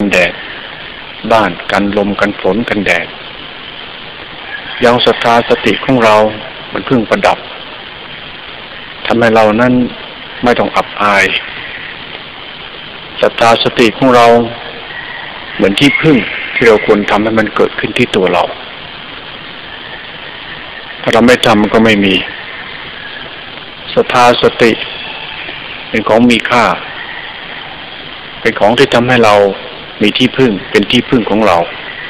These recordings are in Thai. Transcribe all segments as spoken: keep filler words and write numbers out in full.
แดดบ้านกันลมกันฝนกันแดดยังศรัทธาสติของเรามันพึ่งประดับทำให้เรานั้นไม่ต้องอับอายศรัทธาสติของเราเหมือนที่พึ่งที่เราควรทำให้มันเกิดขึ้นที่ตัวเราถ้าเราไม่ทำมันก็ไม่มีศรัทธาสติเป็นของมีค่าเป็นของที่ทำให้เรามีที่พึ่งเป็นที่พึ่งของเรา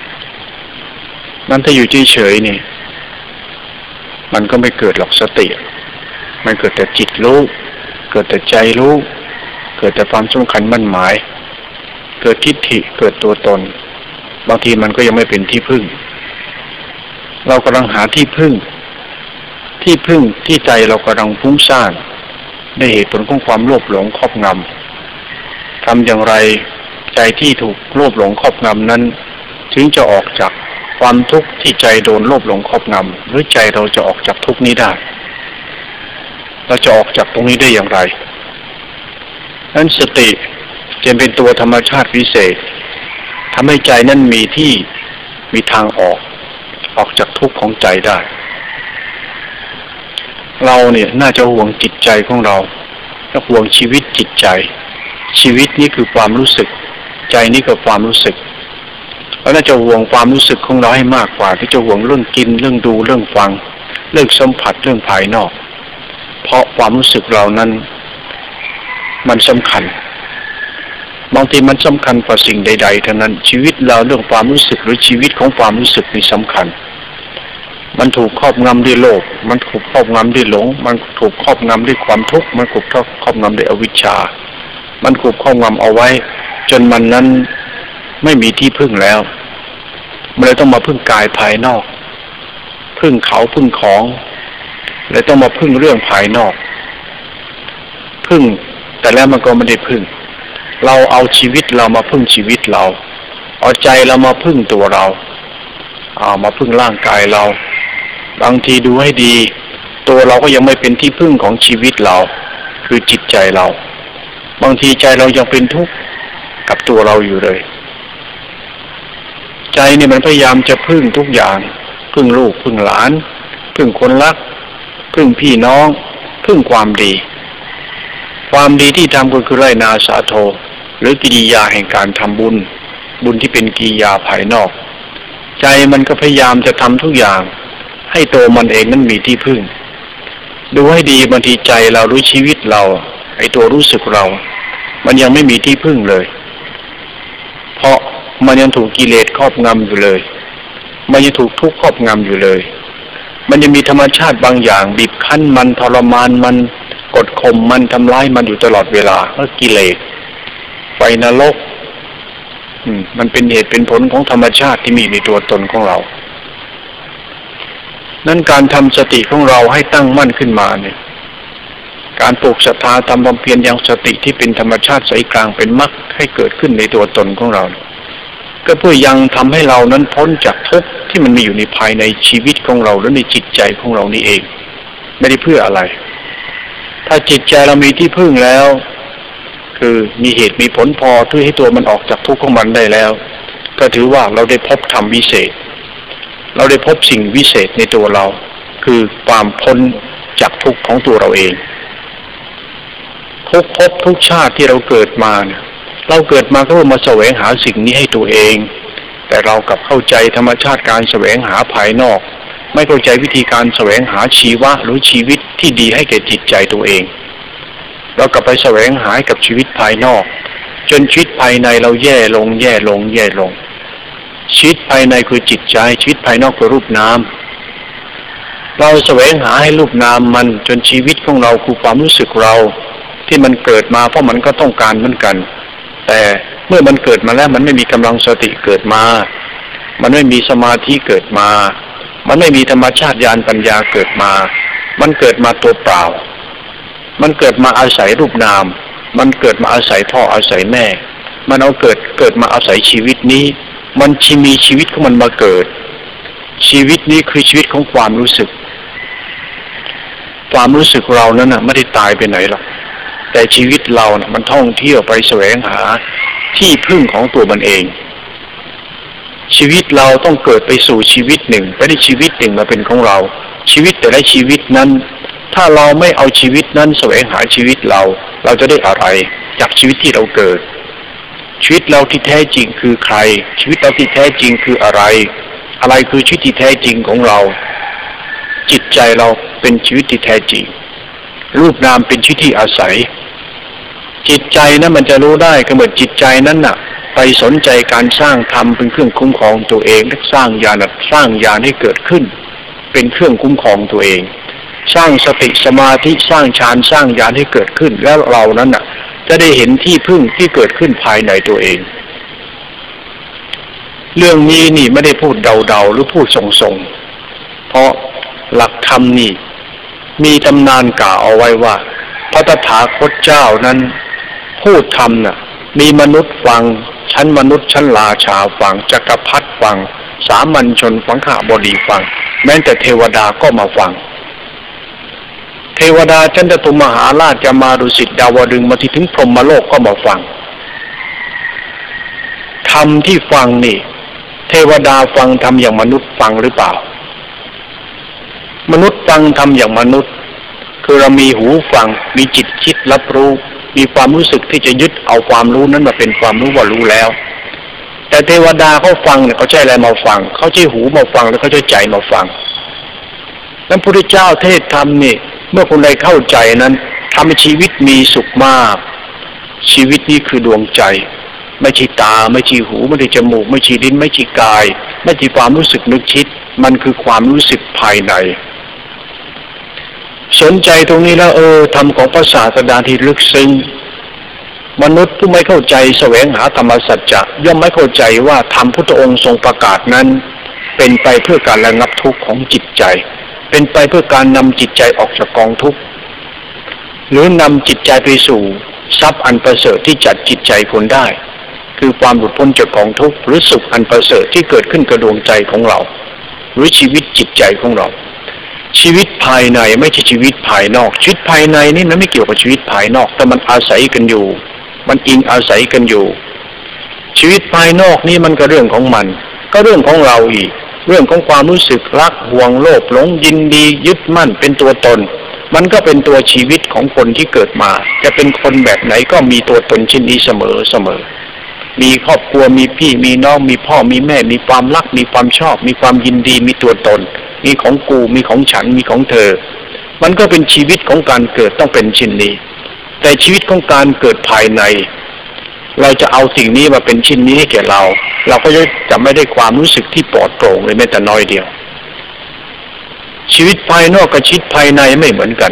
นั้นถ้าอยู่เฉยๆนี่มันก็ไม่เกิดหรอกสติมันเกิดแต่จิตรู้เกิดแต่ใจรู้เกิดแต่ความสำคัญมั่นหมายเกิดทิฏฐิเกิดตัวตนบางทีมันก็ยังไม่เป็นที่พึ่งเรากำลังหาที่พึ่งที่พึ่งที่ใจเรากำลังฟุ้งซ่านในเหตุผลของความโลภหลงครอบงำทำอย่างไรใจที่ถูกโลภหลงครอบงำนั้นถึงจะออกจากความทุกข์ที่ใจโดนโลภหลงครอบงำหรือใจเราจะออกจากทุกข์นี้ได้เราจะออกจากตรงนี้ได้อย่างไรนั้นสติจะเป็นตัวธรรมชาติพิเศษทำให้ใจนั้นมีที่มีทางออกออกจากทุกข์ของใจได้เราเนี่ยน่าจะห่วงจิตใจของเราและห่วงชีวิตจิตใจชีวิตนี้คือความรู้สึกใจนี้คือความรู้สึกเราน่าจะห่วงความรู้สึกของเราให้มากกว่าที่จะห่วงเรื่องกินเรื่องดูเรื่องฟังเรื่องสัมผัสเรื่องภายนอกเพราะความรู้สึกเรานั้นมันสำคัญบางทีมันสำคัญกว่าสิ่งใดๆทั้งนั้นชีวิตเราเรื่องความรู้สึกหรือชีวิตของความรู้สึกนี่สำคัญมันถูกครอบงำด้วยโลภมันถูกครอบงำด้วยหลงมันถูกครอบงำด้วยความทุกข์มันถูกครอบงำด้วยอวิชชามันถูกครอบงำเอาไว้จนมันนั้นไม่มีที่พึ่งแล้วมันเลยต้องมาพึ่งกายภายนอกพึ่งเขาพึ่งของเลยต้องมาพึ่งเรื่องภายนอกพึ่งแต่แล้วมันก็ไม่ได้พึ่งเราเอาชีวิตเรามาพึ่งชีวิตเราเอาใจเรามาพึ่งตัวเราเอามาพึ่งร่างกายเราบางทีดูให้ดีตัวเราก็ยังไม่เป็นที่พึ่งของชีวิตเราคือจิตใจเราบางทีใจเรายังเป็นทุกข์กับตัวเราอยู่เลยใจเนี่ยมันพยายามจะพึ่งทุกอย่างพึ่งลูกพึ่งหลานพึ่งคนรักพึ่งพี่น้องพึ่งความดีความดีที่ทำก็คือไร่นาสาโทหรือกิริยาแห่งการทำบุญบุญที่เป็นกิริยาภายนอกใจมันก็พยายามจะทำทุกอย่างให้ตัวมันเองนั้นมีที่พึ่งดูให้ดีบางทีใจเรารู้ชีวิตเราไอ้ตัวรู้สึกเรามันยังไม่มีที่พึ่งเลยเพราะมันยังถูกกิเลสครอบงำอยู่เลยมันยังถูกทุกข์ครอบงำอยู่เลยมันยังมีธรรมชาติบางอย่างบีบคั้นมันทรมานมันกดข่มมันทำร้ายมันอยู่ตลอดเวลาก็กิเลสไฟนรกอืมมันเป็นเหตุเป็นผลของธรรมชาติที่มีในตัวตนของเรานั้นการทำสติของเราให้ตั้งมั่นขึ้นมาเนี่ยการปลูกศรัทธาทำความเพียรยังสติที่เป็นธรรมชาติใสกลางเป็นมรรคให้เกิดขึ้นในตัวตนของเราก็เพื่อยังทำให้เรานั้นพ้นจากทุกข์ที่มันมีอยู่ในภายในชีวิตของเราและในจิตใจของเรานี่เองไม่ได้เพื่ออะไรถ้าจิตใจเรามีที่พึ่งแล้วคือมีเหตุมีผลพอที่ให้ตัวมันออกจากทุกข์ของมันได้แล้วก็ถือว่าเราได้พบธรรมวิเศษเราได้พบสิ่งวิเศษในตัวเราคือความพ้นจากทุกข์ของตัวเราเองทุกภพทุกชาติที่เราเกิดมาเนี่ยเราเกิดมาก็เพื่อมาแสวงหาสิ่งนี้ให้ตัวเองแต่เรากลับเข้าใจธรรมชาติการแสวงหาภายนอกไม่เข้าใจวิธีการแสวงหาชีวะหรือชีวิตที่ดีให้แก่จิตใจตัวเองเรากลับไปแสวงหากับชีวิตภายนอกจนชีวิตภายในเราแย่ลงแย่ลงแย่ลงชีวิตภายในคือจิตใจชีวิตภายนอกคือรูปนามเราแสวงหาให้รูปนามมันจนชีวิตของเราคือความรู้สึกเราที่มันเกิดมาเพราะมันก็ต้องการเหมือนกันแต่เมื่อมันเกิดมาแล้วมันไม่มีกำลังสติเกิดมามันไม่มีสมาธิเกิดมามันไม่มีธรรมชาติญาณปัญญาเกิดมามันเกิดมาตัวเปล่ามันเกิดมาอาศัยรูปนามมันเกิดมาอาศัยพ่ออาศัยแม่มันเอาเกิดเกิดมาอาศัยชีวิตนี้มันชีมีชีวิตของมันมาเกิดชีวิตนี้คือชีวิตของความรู้สึกความรู้สึกเรานั้นน่ะไม่ได้ตายไปไหนหรอกแต่ชีวิตเราน่ะมันท่องเที่ยวไปแสวงหาที่พึ่งของตัวมันเองชีวิตเราต้องเกิดไปสู่ชีวิตหนึ่งไปได้ชีวิตหนึ่งมาเป็นของเราชีวิตแต่ละชีวิตนั้นถ้าเราไม่เอาชีวิตนั้นแสวงหาชีวิตเราเราจะได้อะไรจากชีวิตที่เราเกิดชีวิตเราที่แท้จริงคือใครชีวิตเราที่แท้จริงคืออะไรอะไรคือชีวิตที่แท้จริงของเราจิตใจเราเป็นชีวิตที่แท้จริงรูปนามเป็นชีวิตที่อาศัยจิตใจนั้นมันจะรู้ได้ก็เมื่อจิตใจนั้นน่ะไปสนใจการสร้างธรรมเป็นเครื่องคุ้มครองตัวเองและสร้างญาณสร้างญาณให้เกิดขึ้นเป็นเครื่องคุ้มครองตัวเองสร้างสติสมาธิสร้างฌานสร้างญาณให้เกิดขึ้นแล้วเรานั้นน่ะจะได้เห็นที่พึ่งที่เกิดขึ้นภายในตัวเองเรื่องนี้นี่ไม่ได้พูดเดาๆหรือพูดส่งๆเพราะหลักธรรมนี่มีตำนานกล่าวเอาไว้ว่าพระตถาคตเจ้านั้นพูดธรรมน่ะมีมนุษย์ฟังชั้นมนุษย์ชั้นราชาฟังจักรพรรดิฟังสามัญชนฟังข้าบดีฟังแม้แต่เทวดาก็มาฟังเทวดาชั้นจตุมหาราชจะมาดุสิตดาวดึงส์มาที่ถึงพรหมโลกก็มาฟังธรรมที่ฟังนี่เทวดาฟังธรรมอย่างมนุษย์ฟังหรือเปล่ามนุษย์ฟังธรรมอย่างมนุษย์คือเรามีหูฟังมีจิตคิดรับรู้มีความรู้สึกที่จะยึดเอาความรู้นั้นมาเป็นความรู้ว่ารู้แล้วแต่เทวดาเขาฟังเนี่ยเขาใช้อะไรมาฟังเขาใช้หูมาฟังแล้วเขาใช้ใจมาฟังนั้นพระพุทธเจ้าเทศธรรมนี่เมื่อคนใดเข้าใจนั้นทำให้ชีวิตมีสุขมากชีวิตนี้คือดวงใจไม่ใช่ตาไม่ใช่หูไม่ใช่จมูกไม่ใช่ลิ้นไม่ใช่กายไม่ใช่ความรู้สึกนึกคิดมันคือความรู้สึกภายในสนใจตรงนี้แล้วเออธรรมของพระศาสดาที่ลึกซึ้งมนุษย์ผู้ไม่เข้าใจแสวงหาธรรมสัจจะย่อมไม่เข้าใจว่าธรรมพุทธองค์ทรงประกาศนั้นเป็นไปเพื่อการระงับทุกข์ของจิตใจเป็นไปเพื่อการนำจิตใจออกจากกองทุกข์หรือนำจิตใจไปสู่ทรัพย์อันประเสริฐที่จัดจิตใจคนได้คือความหลุดพ้นจากกองทุกข์หรือสุขอันประเสริฐที่เกิดขึ้นกับดวงใจของเราหรือชีวิตจิตใจของเราชีวิตภายในไม่ใช่ชีวิตภายนอกชีวิตภายในนี่มันไม่เกี่ยวกับชีวิตภายนอกแต่มันอาศัยกันอยู่มันอิงอาศัยกันอยู่ชีวิตภายนอกนี่มันก็เรื่องของมันก็เรื่องของเราอีกเรื่องของความรู้สึกรักห่วงโลภหลงยินดียึดมั่นเป็นตัวตนมันก็เป็นตัวชีวิตของคนที่เกิดมาจะเป็นคนแบบไหนก็มีตัวตนเช่นนี้เสมอเสมอมีครอบครัวมีพี่มีน้องมีพ่อมีแม่มีความรักมีความชอบมีความยินดีมีตัวตนมีของกูมีของฉันมีของเธอมันก็เป็นชีวิตของการเกิดต้องเป็นเช่นนี้แต่ชีวิตของการเกิดภายในเราจะเอาสิ่งนี้มาเป็นชิ้นนี้ให้แก่เราเราก็จะไม่ได้ความรู้สึกที่ปลอดโปร่งเลยแม้แต่น้อยเดียวชีวิตภายนอกกับชีวิตภายในไม่เหมือนกัน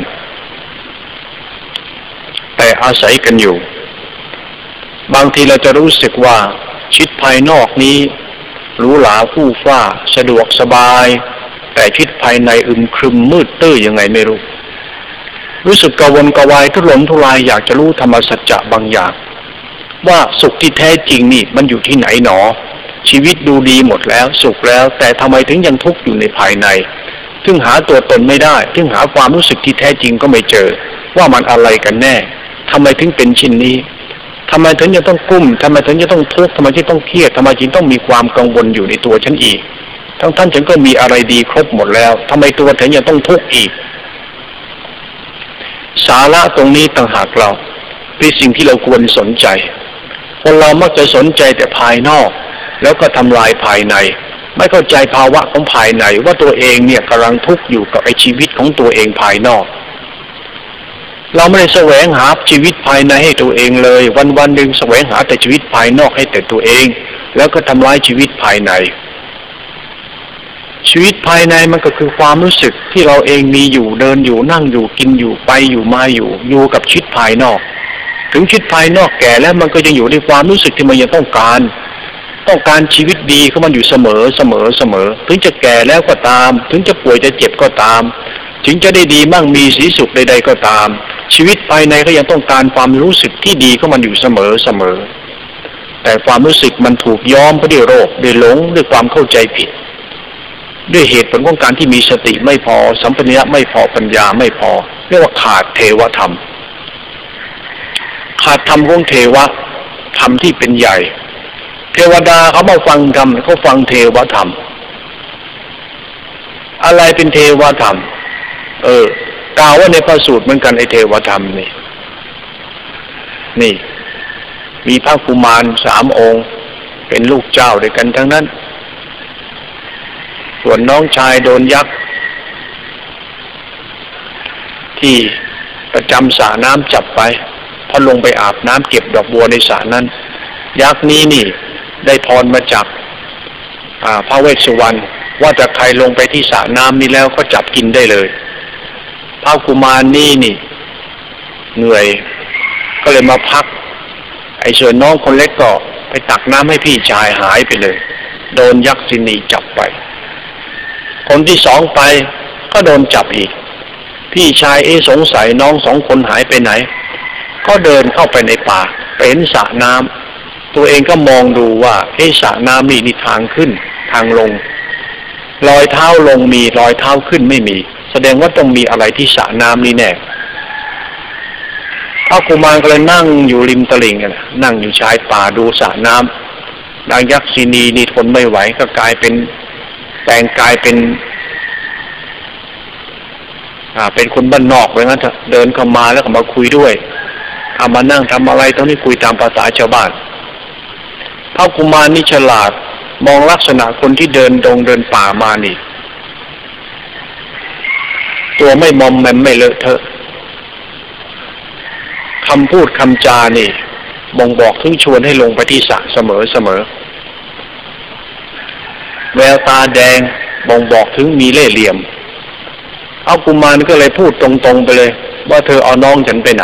แต่อาศัยกันอยู่บางทีเราจะรู้สึกว่าชีวิตภายนอกนี้หรูหราฟู่ฟ้าสะดวกสบายแต่ชีวิตภายในอึมครึมมืดตื้อยังไงไม่รู้รู้สึกกระวนกระวายทุรนทุรายอยากจะรู้ธรรมสัจจะบางอย่างว่าสุขที่แท้จริงนี่มันอยู่ที่ไหนหนอชีวิตดูดีหมดแล้วสุขแล้วแต่ทำไมถึงยังทุกข์อยู่ในภายในถึงหาตัวตนไม่ได้ถึงหาความรู้สึกที่แท้จริงก็ไม่เจอว่ามันอะไรกันแน่ทำไมถึงเป็นเช่นนี้ทำไมถึงจะต้องกุ้มทำไมถึงจะต้องทุกข์ทำไมจึงต้องเครียดทำไมจึงต้องมีความกังวลอยู่ในตัวฉันอีกทั้งท่านฉันก็มีอะไรดีครบหมดแล้วทำไมตัวฉันยังต้องทุกข์อีกสาระตรงนี้ต่างหากเราเป็นสิ่งที่เราควรสนใจคนเรามักจะสนใจแต่ภายนอกแล้วก็ทำลายภายในไม่เข้าใจภาวะของภายในว่าตัวเองเนี่ยกำลังทุกข์อยู่กับไอ้ชีวิตของตัวเองภายนอกเราไม่ได้แสวงหาชีวิตภายในให้ตัวเองเลยวันวันหนึ่งแสวงหาแต่ชีวิตภายนอกให้แต่ตัวเองแล้วก็ทำลายชีวิตภายในชีวิตภายในมันก็คือความรู้สึกที่เราเองมีอยู่เดินอยู่นั่งอยู่กินอยู่ไปอยู่มาอยู่อยู่กับชีวิตภายนอกถึงชีวิตภายนอกแก่แล้วมันก็ยังอยู่ในความรู้สึกที่มันยังต้องการต้องการชีวิตดีของมันอยู่เสมอเสมอเสมอถึงจะแก่แล้วก็ตามถึงจะป่วยจะเจ็บก็ตามถึงจะได้ดีมั่งมีสีสุขใดๆก็ตามชีวิตภายในก็ยังต้องการความรู้สึกที่ดีของมันอยู่เสมอเสมอแต่ความรู้สึกมันถูกย้อมไปด้วยโรคด้วยหลงด้วยความเข้าใจผิดด้วยเหตุผลของการที่มีสติไม่พอสัมปชัญญะไม่พอปัญญาไม่พอเรียกว่าขาดเทวธรรมขาดธรรมของเทวะธรรมที่เป็นใหญ่เทวดาเขามาฟังธรรมเขาฟังเทวธรรมอะไรเป็นเทวธรรมเออกล่าวว่าในพระสูตรเหมือนกันไอเทวธรรมนี่นี่มีพระกุมารสามองค์เป็นลูกเจ้าด้วยกันทั้งนั้นส่วนน้องชายโดนยักษ์ที่ประจำสระน้ำจับไปพอลงไปอาบน้ำเก็บดอกบัวในสระนั้นยักษ์นี้นี่ได้พรมาจากพระเวสสุวรรณว่าถ้าใครลงไปที่สระน้ำนี้แล้วก็จับกินได้เลยพระกุมารนี่นี่เหนื่อยก็เลยมาพักไอ้ส่วนน้องคนเล็กก็ไปตักน้ำให้พี่ชายหายไปเลยโดนยักษินีจับไปคนที่สองไปก็โดนจับอีกพี่ชายเอสงสัยน้องสองคนหายไปไหนก็เดินเข้าไปในป่าไปเห็นสระน้ำตัวเองก็มองดูว่าเอสระน้ำนี่นี่ทางขึ้นทางลงรอยเท้าลงมีรอยเท้าขึ้นไม่มีแสดงว่าต้องมีอะไรที่สระน้ำนี่แน่พระกุมารก็เลยนั่งอยู่ริมตลิ่งกันนั่งอยู่ชายป่าดูสระน้ำนางยักษินีนี่ทนไม่ไหวก็กลายเป็นแปลงกายเป็นอ่าเป็นคนบ้านนอกเลยงั้นเดินเข้ามาแล้วก็มาคุยด้วยเอามานั่งทำอะไรตรงนี้คุยตามภาษาชาวบ้านพระกุมารนี่ฉลาดมองลักษณะคนที่เดินดงเดินป่ามานี่ตัวไม่มอมแมมไม่เลอะเทอะคำพูดคำจานี่บ่งบอกถึงชวนให้ลงไปที่สระเสมอเสมอแววตาแดงบ่งบอกถึงมีเล่ห์เหลี่ยมเอากุมารก็เลยพูดตรงๆไปเลยว่าเธอเอาน้องฉันไปไหน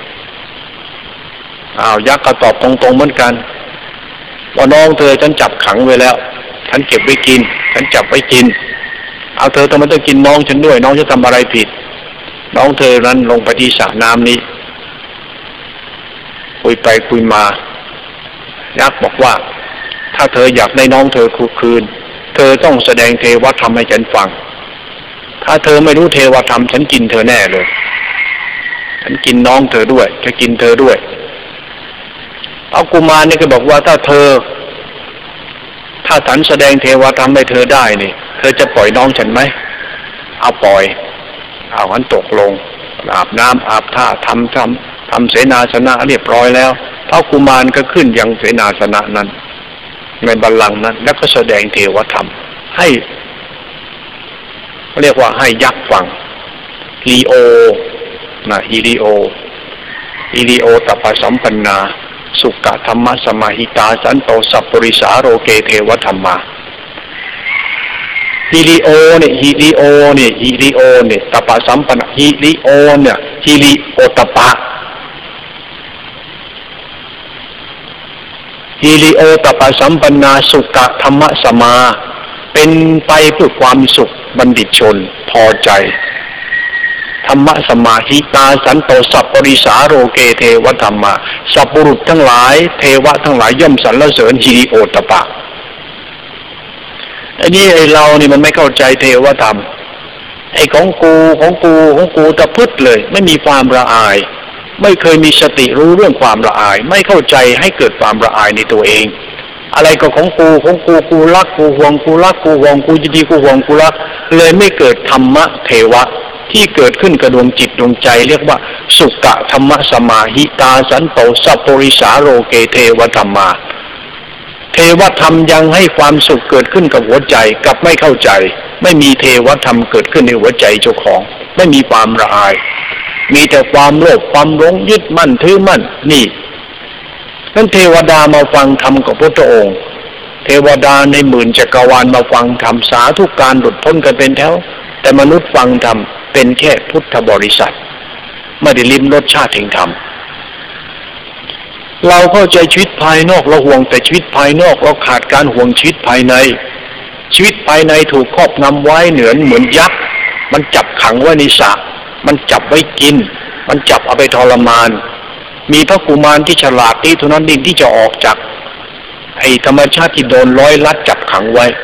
อ้าวยักษ์ก็ตอบตรงๆเหมือนกันว่าน้องเธอฉันจับขังไว้แล้วฉันเก็บไว้กินฉันจับไว้กินเอาเธอทำไมต้องกินน้องฉันด้วยน้องจะทำอะไรผิดน้องเธอนั้นลงไปที่สระน้ำนี้คุยไปคุยมายักษ์บอกว่าถ้าเธออยากได้น้องเธอคืนเธอต้องแสดงเทวธรรมให้ฉันฟังถ้าเธอไม่รู้เทวธรรมฉันกินเธอแน่เลยฉันกินน้องเธอด้วยจะกินเธอด้วยเอากุมารนี่ก็บอกว่าถ้าเธอถ้าฉันแสดงเทวธรรมให้เธอได้นี่เธอจะปล่อยน้องฉันไหมเอาปล่อยเอางั้นตกลงอาบน้ำอาบท่าทำทำทำเสนาสนะเรียบร้อยแล้วพระกุมารก็ขึ้นยังเสนาสนะนั้นในบัลลังก์นั้นแล้วก็แสดงเทวธรรมให้เรียกว่าให้ยักษ์ฟังลีโอนะฮิริโอฮิริโอตัปปสัมปันนาสุกะธรรมะสมาหิตาสันโตสัพปริสาโรเกเทวธรรมาฮิริโอเนี่ยฮิริโอเนี่ยฮิริโอเนี่ยตัปปสัมปันนาฮิริโอเนี่ยฮิริโอตัปปะฮิริโอตัปปสัมปันนาสุกะธรรมะสมาเป็นไปเพื่อความสุขบัณฑิตชนพอใจธรรมะสมาหิตาสันโตสัพปริสาโรเกเทวธรรมาสัพปุรุษทั้งหลายเทวะทั้งหลายย่อมสรรเสริญฮิริโอตปะอันนี้ไอเรานี่มันไม่เข้าใจเทวธรรมไอของกูของกูของกูตะพึดเลยไม่มีความละอายไม่เคยมีสติรู้เรื่องความละอายไม่เข้าใจให้เกิดความละอายในตัวเองอะไรก็ของกูของกูกูรักกูห่วงกูรักกูห่วงกูยินดีกูห่วงกูรักเลยไม่เกิดธรรมะเทวะที่เกิดขึ้นกับดวงจิตดวงใจเรียกว่าสุกะธรรมะสมาหิตาสันโตสัพปริสาโรเกเทวธรรมาเทวธรรมยังให้ความสุขเกิดขึ้นกับหัวใจกับไม่เข้าใจไม่มีเทวธรรมเกิดขึ้นในหัวใจเจ้าของไม่มีความละอายมีแต่ความโลภความหลงยึดมั่นถือมั่นนี่นั้นเทวดามาฟังธรรมกับพระองค์เทวดาในหมื่นจักรวาลมาฟังธรรมสาธุการหลุดพ้นกันเป็นแถวแต่มนุษย์ฟังธรรมเป็นแค่พุทธบริษัทไม่ได้ลิ้มรสชาติแห่งธรรมเราเข้าใจชีวิตภายนอกเราห่วงแต่ชีวิตภายนอกเราขาดการห่วงชีวิตภายในชีวิตภายในถูกครอบงำไว้เหนือเหมือนยักษ์มันจับขังไว้ในสระมันจับไว้กินมันจับเอาไปทรมานมีพระกุมารที่ฉลาดนี้เท่านั้นที่จะออกจากไอ้ธรรมชาติที่โดนร้อยลัดจับขังไว้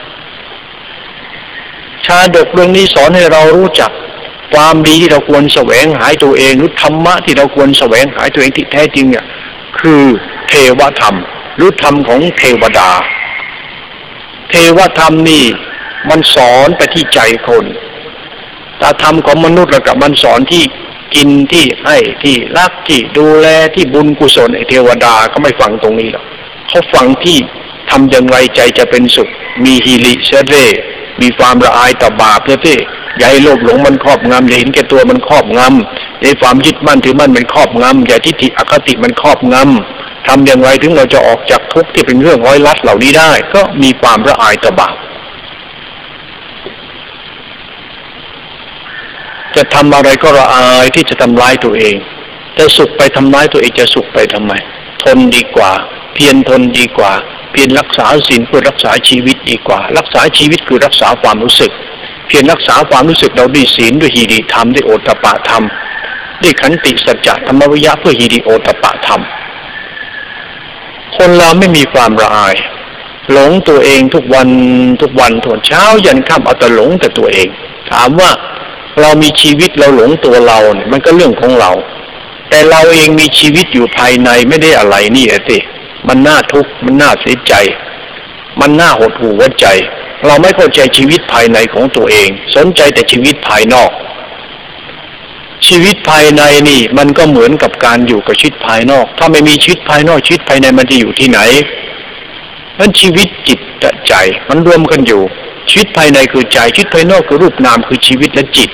ชาดกเรื่องนี้สอนให้เรารู้จักความดีที่เราควรแสวงหาตัวเองหรือธรรมะที่เราควรแสวงหาตัวเองที่แท้จริงเนี่ยคือเทวธรรมหรือธรรมของเทวดาเทวธรรมนี่มันสอนไปที่ใจคนแต่ธรรมของมนุษย์แล้วกับมันสอนที่กินที่ให้ที่รักที่ดูแลที่บุญกุศลไอเทวดาเขาไม่ฟังตรงนี้หรอกเขาฟังที่ทำอย่างไรใจจะเป็นสุขมีฮิริเสเรมีความละอายต่อบาปเพื่ออย่าให้โลภหลงมันครอบงำอย่าเห็นแก่ตัวมันครอบงำอย่าให้ความยึดมั่นถือมั่นมันครอบงำอย่าทิฏฐิอคติมันครอบงำทำอย่างไรถึงเราจะออกจากทุกข์ที่เป็นเรื่องร้อยลัดเหล่านี้ได้ก็มีความละอายต่อบาปจะทำอะไรก็ละอายที่จะทำร้ายตัวเองจะสุขไปทำร้ายตัวเองจะสุขไปทำไมทนดีกว่าเพียรทนดีกว่าเพียรรักษาศีลเพื่อรักษาชีวิตดีกว่ารักษาชีวิตคือรักษาความรู้สึกเพียรรักษาความรู้สึกเราด้วยศีลด้วยหีริธรรมด้วยโอตตัปปะธรรมด้วยขันติสัจจะธรรมวิยะเพื่อหีริโอตตัปปะธรรมคนเราไม่มีความละอายหลงตัวเองทุกวันทุกวันทุกเช้ายันค่ำเอาแต่หลงแต่ตัวเองถามว่าเรามีชีวิตเราหลงตัวเราเนี่ยมันก็เรื่องของเราแต่เราเองมีชีวิตอยู่ภายในไม่ได้อะไรนี่แหละสิมันน่าทุกข์มันน่าเสียใจมันน่าหดหู่หัวใจเราไม่เข้าใจชีวิตภายในของตัวเองสนใจแต่ชีวิตภายนอกชีวิตภายในนี่มันก็เหมือนกับการอยู่กับชีวิตภายนอกถ้าไม่มีชีวิตภายนอกชีวิตภายในมันจะอยู่ที่ไหนนั้นชีวิตจิตใจมันรวมกันอยู่ชีวิตภายในคือใจชีวิตภายนอกคือรูปนามคือชีวิตและจิต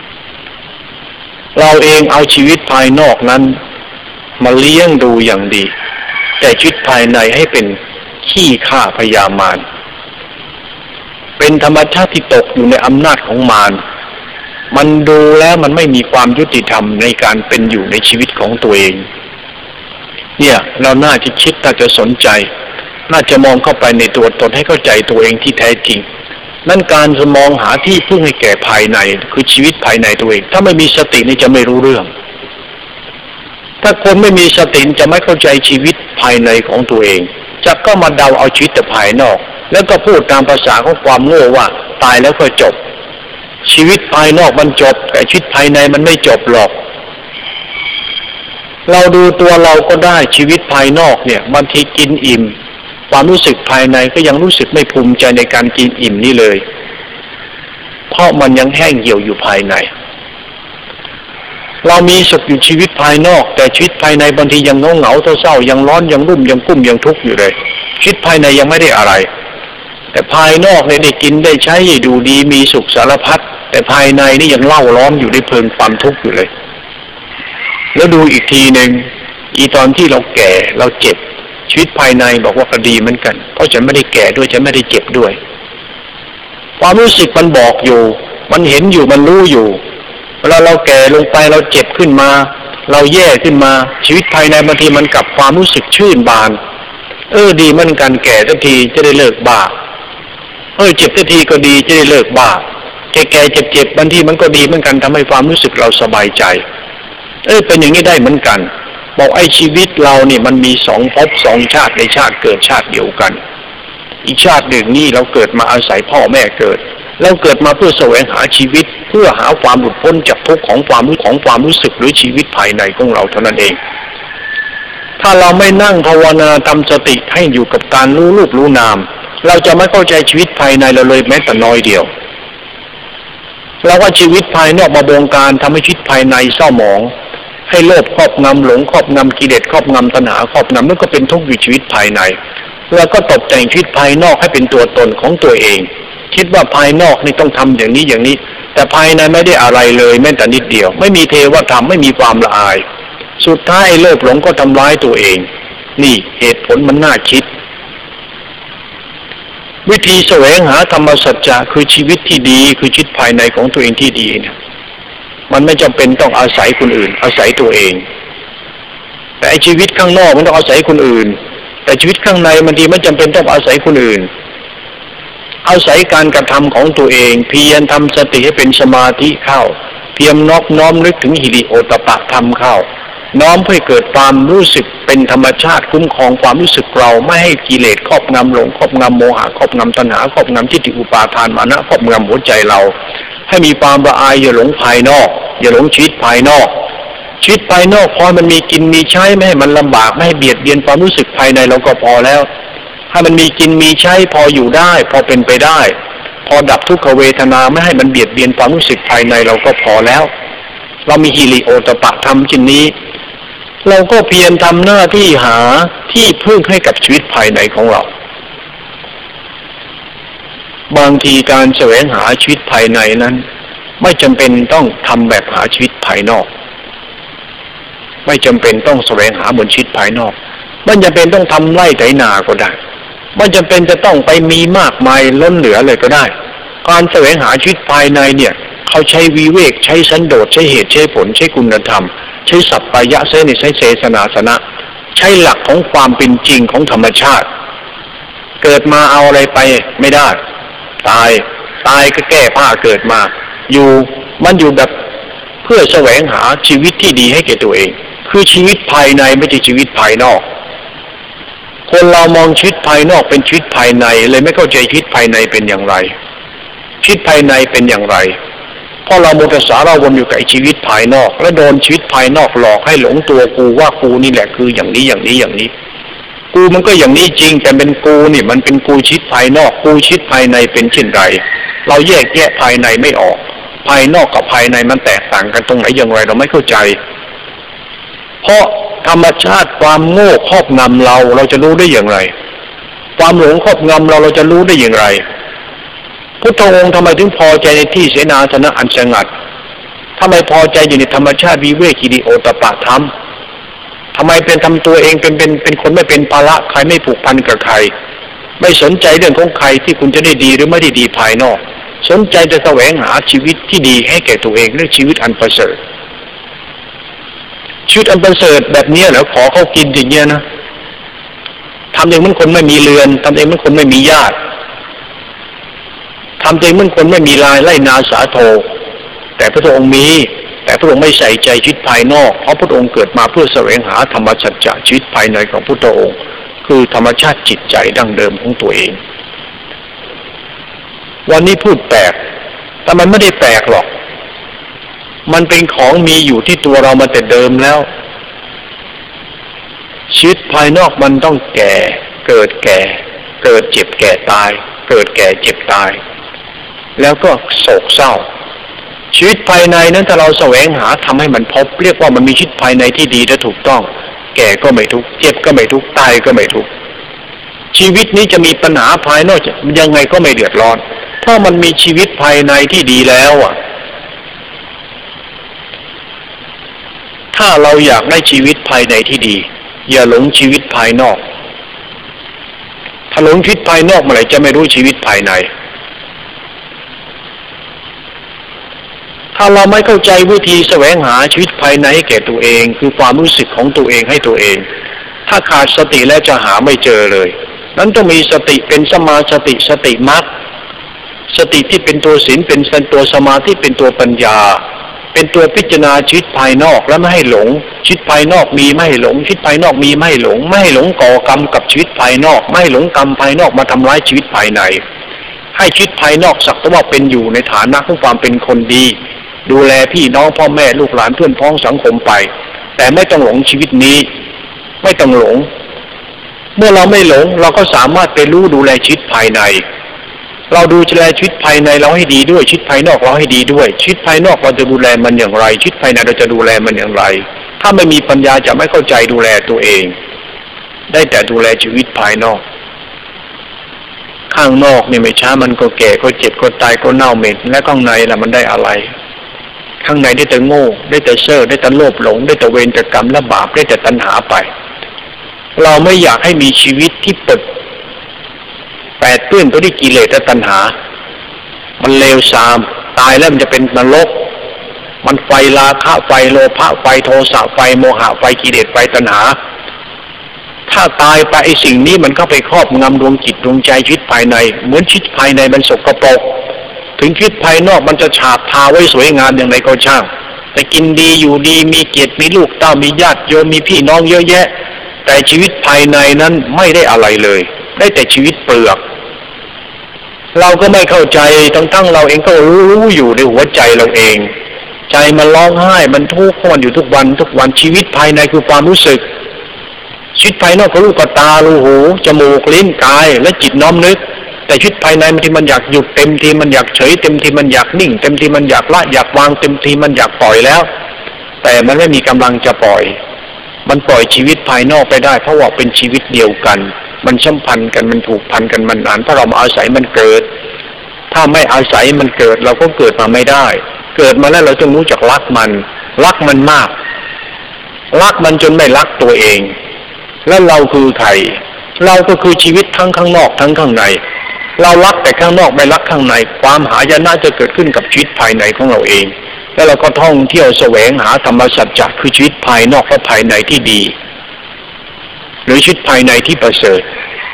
เราเองเอาชีวิตภายนอกนั้นมาเลี้ยงดูอย่างดีแต่ชีวิตภายในให้เป็นขี้ข้าพยามารเป็นธรรมชาติที่ตกอยู่ในอำนาจของมารมันดูแล้วมันไม่มีความยุติธรรมในการเป็นอยู่ในชีวิตของตัวเองเนี่ยเราน่าจะคิดน่าจะสนใจน่าจะมองเข้าไปในตัวตนให้เข้าใจตัวเองที่แท้จริงนั่นการจะมองหาที่พึ่งให้แก่ภายในคือชีวิตภายในตัวเองถ้าไม่มีสตินี่จะไม่รู้เรื่องถ้าคนไม่มีสติจะไม่เข้าใจชีวิตภายในของตัวเองจะก็มาเดาเอาชีวิตแต่ภายนอกแล้วก็พูดตามภาษาของความโง่ว่าตายแล้วก็จบชีวิตภายนอกมันจบแต่ชีวิตภายในมันไม่จบหรอกเราดูตัวเราก็ได้ชีวิตภายนอกเนี่ยบางทีกินอิ่มความรู้สึกภายในก็ยังรู้สึกไม่ภูมิใจในการกินอิ่มนี่เลยเพราะมันยังแห้งเหี่ยวอยู่ภายในเรามีสุขอยู่ชีวิตภายนอกแต่ชีวิตภายในบางทียังเงาเหงาเศร้าๆยังร้อนยังรุ่มยังกุ้มยังทุกข์อยู่เลยชีวิตภายในยังไม่ได้อะไรแต่ภายนอกเนี่ยได้กินได้ใช้ดูดีมีสุขสารพัดแต่ภายในนี่ยังเล่าร้อนอยู่ในเพลิงความทุกข์อยู่เลยแล้วดูอีกทีหนึ่งอีตอนที่เราแก่เราเจ็บชีวิตภายในบอกว่าก็ดีเหมือนกันเพราะฉันไม่ได้แก่ด้วยฉันไม่ได้เจ็บด้วยความรู้สึกมันบอกอยู่มันเห็นอยู่มันรู้อยู่เวลาเราแก่ลงไปเราเจ็บขึ้นมาเราแย่ขึ้นมาชีวิตภายในบางทีมันกลับความรู้สึกชื่นบานเออดีเหมือนกันแก่สักทีจะได้เลิกบ้าเออเจ็บสักทีก็ดีจะได้เลิกบ้าแก่แก่เจ็บเจ็บบางทีมันก็ดีเหมือนกันทำให้ความรู้สึกเราสบายใจเออเป็นอย่างนี้ได้เหมือนกันบอกไอ้ชีวิตเราเนี่ยมันมีสองภพสองชาติในชาติเกิดชาติเดียวกันอีกชาติหนึ่งนี่เราเกิดมาอาศัยพ่อแม่เกิดเราเกิดมาเพื่อแสวงหาชีวิตเพื่อหาความหลุดพ้นจากทุกข์ของความรู้ของความรู้สึกหรือชีวิตภายในของเราเท่านั้นเองถ้าเราไม่นั่งภาวนาทำสติให้อยู่กับการรู้รูปรู้นามเราจะไม่เข้าใจชีวิตภายในเราเลยแม้แต่น้อยเดียวเราว่าชีวิตภายนอกมาบงการทำให้ชีวิตภายในเศร้าหมองให้โลภครอบงำหลงครอบงำกิเลสครอบงำตัณหาครอบงำนั่นก็เป็นทุกข์อยู่ชีวิตภายในแล้วก็ตกแต่งชีวิตภายนอกให้เป็นตัวตนของตัวเองคิดว่าภายนอกนี่ต้องทำอย่างนี้อย่างนี้แต่ภายในไม่ได้อะไรเลยแม้แต่นิดเดียวไม่มีเทวธรรมไม่มีความละอายสุดท้ายโลภหลงก็ทำร้ายตัวเองนี่เหตุผลมันน่าคิดวิธีแสวงหาธรรมสัจจะคือชีวิตที่ดีคือชีวิตภายในของตัวเองที่ดีเนี่ยมันไม่จำเป็นต้องอาศัยคนอื่นอาศัยตัวเองแต่ชีวิตข้างนอกมันต้องอาศัยคนอื่นแต่ชีวิตข้างในมันดีไม่จำเป็นต้องอาศัยคนอื่นอาศัยการกระทำของตัวเองเพียรทำสติให้เป็นสมาธิเข้าเพียรนอบน้อมนึกถึงหิริโอตตัปปะธรรมเข้าน้อมให้เกิดความรู้สึกเป็นธรรมชาติคุ้มครองความรู้สึกเราไม่ให้กิเลสครอบงำหลงครอบงำโมหะครอบงำตัณหาครอบงำทิฏฐิอุปาทานมานะครอบงำหัวใจเราให้มีความละอายอย่าหลงภายนอกอย่าหลงชีวิตภายนอกชีวิตภายนอกพอมันมีกินมีใช้ไม่ให้มันลำบากไม่ให้เบียดเบียนความรู้สึกภายในเราก็พอแล้วให้มันมีกินมีใช้พออยู่ได้พอเป็นไปได้พอดับทุกขเวทนาไม่ให้มันเบียดเบียนความรู้สึกภายในเราก็พอแล้วเรามีฮิริโอตปะธรรมชิ้นนี้เราก็เพียรทำหน้าที่หาที่พึ่งให้กับชีวิตภายในของเราบางทีการแสวงหาชีวิตภายในนั้นไม่จำเป็นต้องทำแบบหาชีวิตภายนอกไม่จำเป็นต้องแสวงหาบนชีวิตภายนอกไม่จำเป็นต้องทำไร่ไถนาก็ได้ไม่จำเป็นจะต้องไปมีมากมายล้นเหลือเลยก็ได้การแสวงหาชีวิตภายในเนี่ยเขาใช้วิเวกใช้สันโดษใช้เหตุใช้ผลใช้คุณธรรมใช้สัพพยะใช้นิสัยเสสนาสนะใช้หลักของความเป็นจริงของธรรมชาติเกิดมาเอาอะไรไปไม่ได้ตายตายก็แก้ผ้าเกิดมาอยู่มันอยู่แบบเพื่อแสวงหาชีวิตที่ดีให้แก่ตัวเองคือชีวิตภายในไม่ใช่ชีวิตภายนอกคนเรามองชีวิตภายนอกเป็นชีวิตภายในเลยไม่เข้าใจชีวิตภายในเป็นอย่างไรชีวิตภายในเป็นอย่างไรเพราะเราโมตสาเราวนอยู่กับชีวิตภายนอกและโดนชีวิตภายนอกหลอกให้หลงตัวกูว่ากูนี่แหละคืออย่างนี้อย่างนี้อย่างนี้กูมันก็อย่างนี้จริงแต่เป็นกูนี่มันเป็นกูชีวิตภายนอกกูชีวิตภายในเป็นเช่นไรเราแยกแยะภายในไม่ออกภายนอกกับภายในมันแตกต่างกันตรงไหนอย่างไรเราไม่เข้าใจเพราะธรรมชาติความโง่ครอบงำเราเราจะรู้ได้อย่างไรความหลงครอบงำเราเราจะรู้ได้อย่างไรพุทธองค์ทำไมถึงพอใจในที่เสนาสนะอันสงัดทำไมพอใจอยู่ในธรรมชาติวิเวกฮิริโอตปะธรรมทำไมเป็นทำตัวเองเป็นเป็นเป็นคนไม่เป็นภาระใครไม่ผูกพันกับใครไม่สนใจเรื่องของใครที่คุณจะได้ดีหรือไม่ได้ดีภายนอกสนใจจะแสวงหาชีวิตที่ดีให้แก่ตัวเองเรื่องชีวิตอันประเสริฐชีวิตอันประเสริฐแบบนี้แล้วขอเขากินอย่างเงี้ยนะทำเองเหมือนคนไม่มีเรือนทำเองเหมือนคนไม่มีญาติทำเองเหมือนคนไม่มีลายไล่นาสาโทแต่พระองค์มีแต่พระองค์ไม่ใส่ใจชีวิตภายนอกเพราะพระองค์เกิดมาเพื่อแสวงหาธรรมสัจจะชีวิตภายในของพระองค์คือธรรมชาติจิตใจดั้งเดิมของตัวเองวันนี้พูดแปลกแต่มันไม่ได้แปลกหรอกมันเป็นของมีอยู่ที่ตัวเรามาแต่เดิมแล้วชีวิตภายนอกมันต้องแก่เกิดแก่เกิดเจ็บแก่ตายเกิดแก่เจ็บตายแล้วก็โศกเศร้าชีวิตภายในนั้นถ้าเราแสวงหาทำให้มันพบเรียกว่ามันมีชีวิตภายในที่ดีและถูกต้องแก่ก็ไม่ทุกข์เจ็บก็ไม่ทุกข์ตายก็ไม่ทุกข์ชีวิตนี้จะมีปัญหาภายนอกยังไงก็ไม่เดือดร้อนเพราะมันมีชีวิตภายในที่ดีแล้วอ่ะถ้าเราอยากได้ชีวิตภายในที่ดีอย่าหลงชีวิตภายนอกถ้าหลงชีวิตภายนอกเมื่อไหร่จะไม่รู้ชีวิตภายในถ้าเราไม่เข้าใจวิธีแสวงหาชีวิตภายในให้แก่ตัวเองคือความรู้สึกของตัวเองให้ตัวเองถ้าขาดสติแล้วจะหาไม่เจอเลยนั้นต้องมีสติเป็นสมาสติสติมรรคสติที่เป็นตัวศีลเป็นตัวสมาธิเป็นตัวปัญญาเป็นตัวพิจารณาชีวิตภายนอกและไม่ให้หลงชีวิตภายนอกมีไม่ให้หลงชีวิตภายนอกมีไม่ให้หลงไม่ให้หลงก่อกรรมกับชีวิตภายนอกไม่ให้หลงกรรมภายนอกมาทำร้ายชีวิตภายในให้ชีวิตภายนอกสักแต่ว่าเป็นอยู่ในฐานะของความเป็นคนดีดูแลพี่น้องพ่อแม่ลูกหลานเพื่อนพ้องสังคมไปแต่ไม่ต้องหลงชีวิตนี้ไม่ต้องหลงเมื่อเราไม่หลงเราก็สามารถไปรู้ดูแลชีวิตภายในเราดูแลชีวิตภายในเราให้ดีด้วยชีวิตภายนอกเราให้ดีด้วยชีวิตภายนอกเราจะดูแลมันอย่างไรชีวิตภายในเราจะดูแลมันอย่างไรถ้าไม่มีปัญญาจะไม่เข้าใจดูแลตัวเองได้แต่ดูแลชีวิตภายนอกข้างนอกนี่ไม่ช้ามันก็แก่ก็เจ็บก็ตายก็เน่าเหม็นและข้างในล่ะมันได้อะไรข้างในได้แต่โง่ได้แต่เซ่อได้แต่โลภหลงได้แต่เวรแต่กรรมและบาปได้แต่ตัณหาไปเราไม่อยากให้มีชีวิตที่เปิดแปดเปื้อนไปด้วยกิเลสและตัณหามันเลวทรามตายแล้วมันจะเป็นนรกมันไฟราคะไฟโลภะไฟโทสะไฟโมหะไฟกิเลสไฟตัณหาถ้าตายไปไอ้สิ่งนี้มันเข้าไปครอบงำดวงจิตดวงใจชีวิตภายในเหมือนชีวิตภายในมันสกปรกถึงชีวิตภายนอกมันจะฉาบทาไว้สวยงามอย่างไรก็ช่างแต่กินดีอยู่ดีมีเกียรติมีลูกเต้ามีญาติโยมมีพี่น้องเยอะแยะแต่ชีวิตภายในนั้นไม่ได้อะไรเลยได้แต่ชีวิตเปลือกเราก็ไม่เข้าใจทั้งๆเราเองก็รู้อยู่ในหัวใจเราเองใจมันร้องไห้มันทุกข์มันอยู่ทุกวันทุกวันชีวิตภายในคือความรู้สึกชีวิตภายนอกก็รูปตารูหูจมูกลิ้นกายและจิตน้อมนึกแต่ชีวิตภายในบางทีมันอยากหยุดเต็มทีมันอยากเฉยเต็มทีมันอยากนิ่งเต็มทีมันอยากละอยากวางเต็มทีมันอยากปล่อยแล้วแต่มันไม่มีกำลังจะปล่อยมันปล่อยชีวิตภายนอกไปได้เพราะว่าเป็นชีวิตเดียวกันมันสัมพันธ์กันมันผูกพันกันมันนานเพราะเรามาอาศัยมันเกิดถ้าไม่อาศัยมันเกิดเราก็เกิดมาไม่ได้เกิดมาแล้วเราต้องรู้จักรักมันรักมันมากรักมันจนไม่รักตัวเองแล้วเราคือใครเราก็คือชีวิตทั้งข้างนอกทั้งข้างในเรารักแต่ข้างนอกไม่รักข้างในความหายนะจะเกิดขึ้นกับชีวิตภายในของเราเองแล้วเราก็ท่องเที่ยวแสวงหาธรรมสัจจะคือชีวิตภายนอกและภายในที่ดีหรือชีวิตภายในที่ประเสริฐ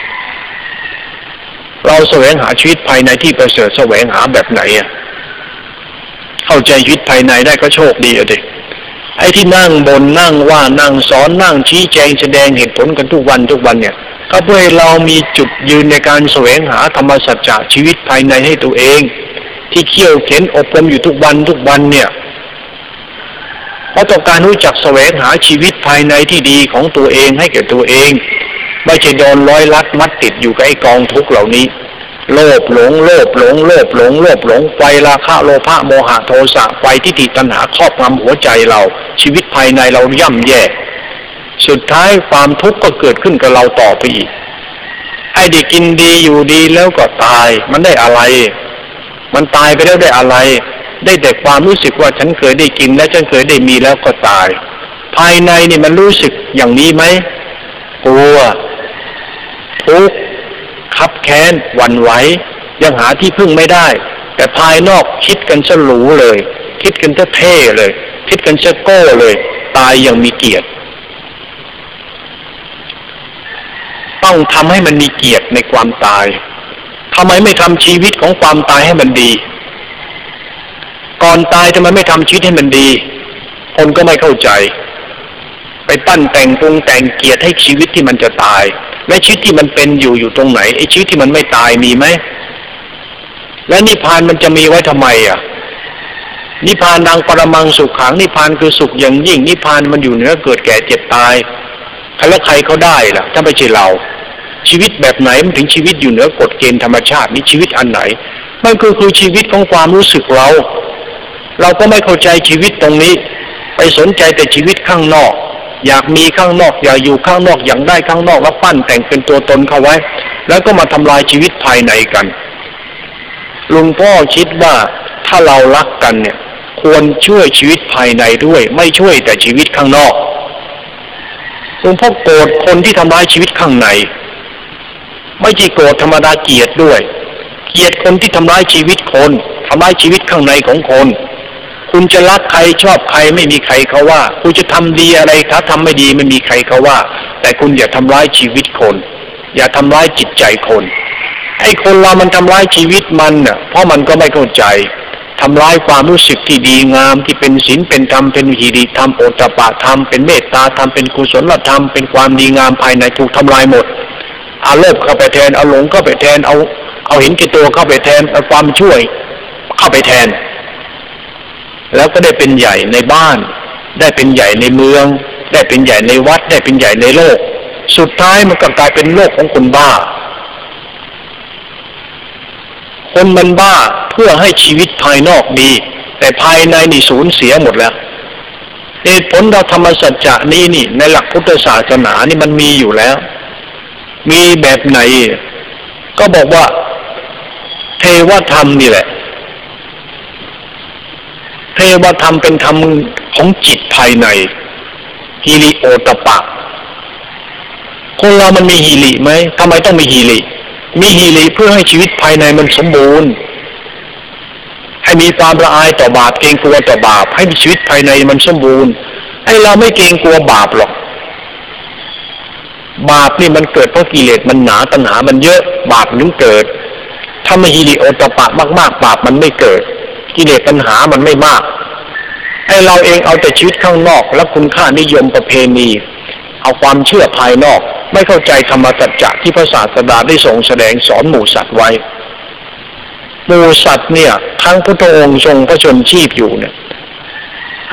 เราแสวงหาชีวิตภายในที่ประเสริฐแสวงหาแบบไหนอ่ะเข้าใจชีวิตภายในได้ก็โชคดีอ่ะดิไอ้ที่นั่งบนนั่งว่านั่งสอนนั่งชี้แจงแสดงเหตุผลกันทุกวันทุกวันเนี่ยก็เพื่อให้เรามีจุดยืนในการแสวงหาธรรมสัจจะชีวิตภายในให้ตัวเองที่เขี่ยวเข็นอบรมอยู่ทุกวันทุกวันเนี่ยเพราะต้องการรู้จักแสวงหาชีวิตภายในที่ดีของตัวเองให้แก่ตัวเองไม่ใช่โดนร้อยลัดมัดติดอยู่กับไอ้กองทุกข์เหล่านี้โลภหลงโลภหลงโลภหลงโลภหลงไฟราคะโลภะโมหะโทสะไฟทิฏฐิตัณหาครอบงำหัวใจเราชีวิตภายในเราย่ำแย่สุดท้ายความทุกข์ก็เกิดขึ้นกับเราต่อไปอีกไอ้ได้กินดีอยู่ดีแล้วก็ตายมันได้อะไรมันตายไปแล้วได้อะไรได้แต่ความรู้สึกว่าฉันเคยได้กินและฉันเคยได้มีแล้วก็ตายภายในนี่มันรู้สึกอย่างนี้ไหมกลัวทุกข์คับแค้นหวั่นไหวยังหาที่พึ่งไม่ได้แต่ภายนอกคิดกันซะหรูเลยคิดกันซะเท่เลยคิดกันซะโก้เลยตายอย่างมีเกียรติต้องทำให้มันมีเกียรติในความตายทำไมไม่ทำชีวิตของความตายให้มันดีก่อนตายทำไมไม่ทำชีวิตให้มันดีคนก็ไม่เข้าใจไปปั้นแต่งปรุงแต่งเกียรติให้ชีวิตที่มันจะตายและชีวิตที่มันเป็นอยู่อยู่ตรงไหนไอ้ชีวิตที่มันไม่ตายมีไหมและนิพพานมันจะมีไว้ทำไมอ่ะนิพพานดังปรมังสุขขังนิพพานคือสุขอย่างยิ่งนิพพานมันอยู่เหนือเกิดแก่เจ็บตายใครแล้วใครเขาได้ล่ะถ้าไม่ใช่เราชีวิตแบบไหนมันถึงชีวิตอยู่เหนือกฎเกณฑ์ธรรมชาตินี่ชีวิตอันไหนมันคือคือชีวิตของความรู้สึกเราเราก็ไม่เข้าใจชีวิตตรงนี้ไปสนใจแต่ชีวิตข้างนอกอยากมีข้างนอกอยากอยู่ข้างนอกอย่างได้ข้างนอกแล้วปั้นแต่งเป็นตัวตนเข้าไว้แล้วก็มาทำลายชีวิตภายในกันลุงพ่อคิดว่าถ้าเรารักกันเนี่ยควรช่วยชีวิตภายในด้วยไม่ช่วยแต่ชีวิตข้างนอกลุงพ่อโกรธคนที่ทำลายชีวิตข้างในไม่ใช่โกรธธรรมดาเกลียดด้วยเกลียดคนที่ทำลายชีวิตคนทำลายชีวิตข้างในของคนคุณจะรักใครชอบใครไม่มีใครเขาว่าคุณจะทำดีอะไรถ้าทำไม่ดีไม่มีใครเขาว่าแต่คุณอย่าทำร้ายชีวิตคนอย่าทำร้ายจิตใจคนไอ้คนเรามันทำร้ายชีวิตมันน่ะเพราะมันก็ไม่เข้าใจทำร้ายความรู้สึกที่ดีงามที่เป็นศีลเป็นธรรมเป็นวิหิริธรรมโอตปะธรรมเป็นเมตตาธรรมเป็นกุศลธรรมเป็นความดีงามภายในถูกทำลายหมดเอาโลภเข้าไปแทนเอาหลงเข้าไปแทนเอาเอาเห็นแก่ตัวเข้าไปแทนเอาความชั่วเข้าไปแทนแล้วก็ได้เป็นใหญ่ในบ้านได้เป็นใหญ่ในเมืองได้เป็นใหญ่ในวัดได้เป็นใหญ่ในโลกสุดท้ายมันก็กลายเป็นโลกของคนบ้าคนมันบ้าเพื่อให้ชีวิตภายนอกดีแต่ภายในนี่สูญเสียหมดแล้วเหตุผลเราธรรมสัจจะนี้นี่ในหลักพุทธศาสนานี่มันมีอยู่แล้วมีแบบไหนก็บอกว่าเทวธรรมนี่แหละเทวธรรมเป็นธรรมของจิตภายในฮิริโอตปะคนเรามันมีฮิริไหมทำไมต้องมีฮิริมีฮิริเพื่อให้ชีวิตภายในมันสมบูรณ์ให้มีความละอายต่อบาปเกรงกลัวต่อบาปให้มีชีวิตภายในมันสมบูรณ์ไอ้เราไม่เกรงกลัวบาปหรอกบาปนี่มันเกิดเพราะกิเลสมันหนาตัณหามันเยอะบาปถึงเกิดถ้าไม่ฮิริโอตปะมากๆบาปมันไม่เกิดกิเลสตัณหามันไม่มากไอ้เราเองเอาแต่ชีวิตข้างนอกและคุณค่านิยมประเพณีเอาความเชื่อภายนอกไม่เข้าใจธรรมสัจจะที่พระศาสดาได้ทรงแสดงสอนหมู่สัตว์ไว้หมู่สัตว์เนี่ยทั้งพุทธองค์ทรงพระชนชีพอยู่เนี่ย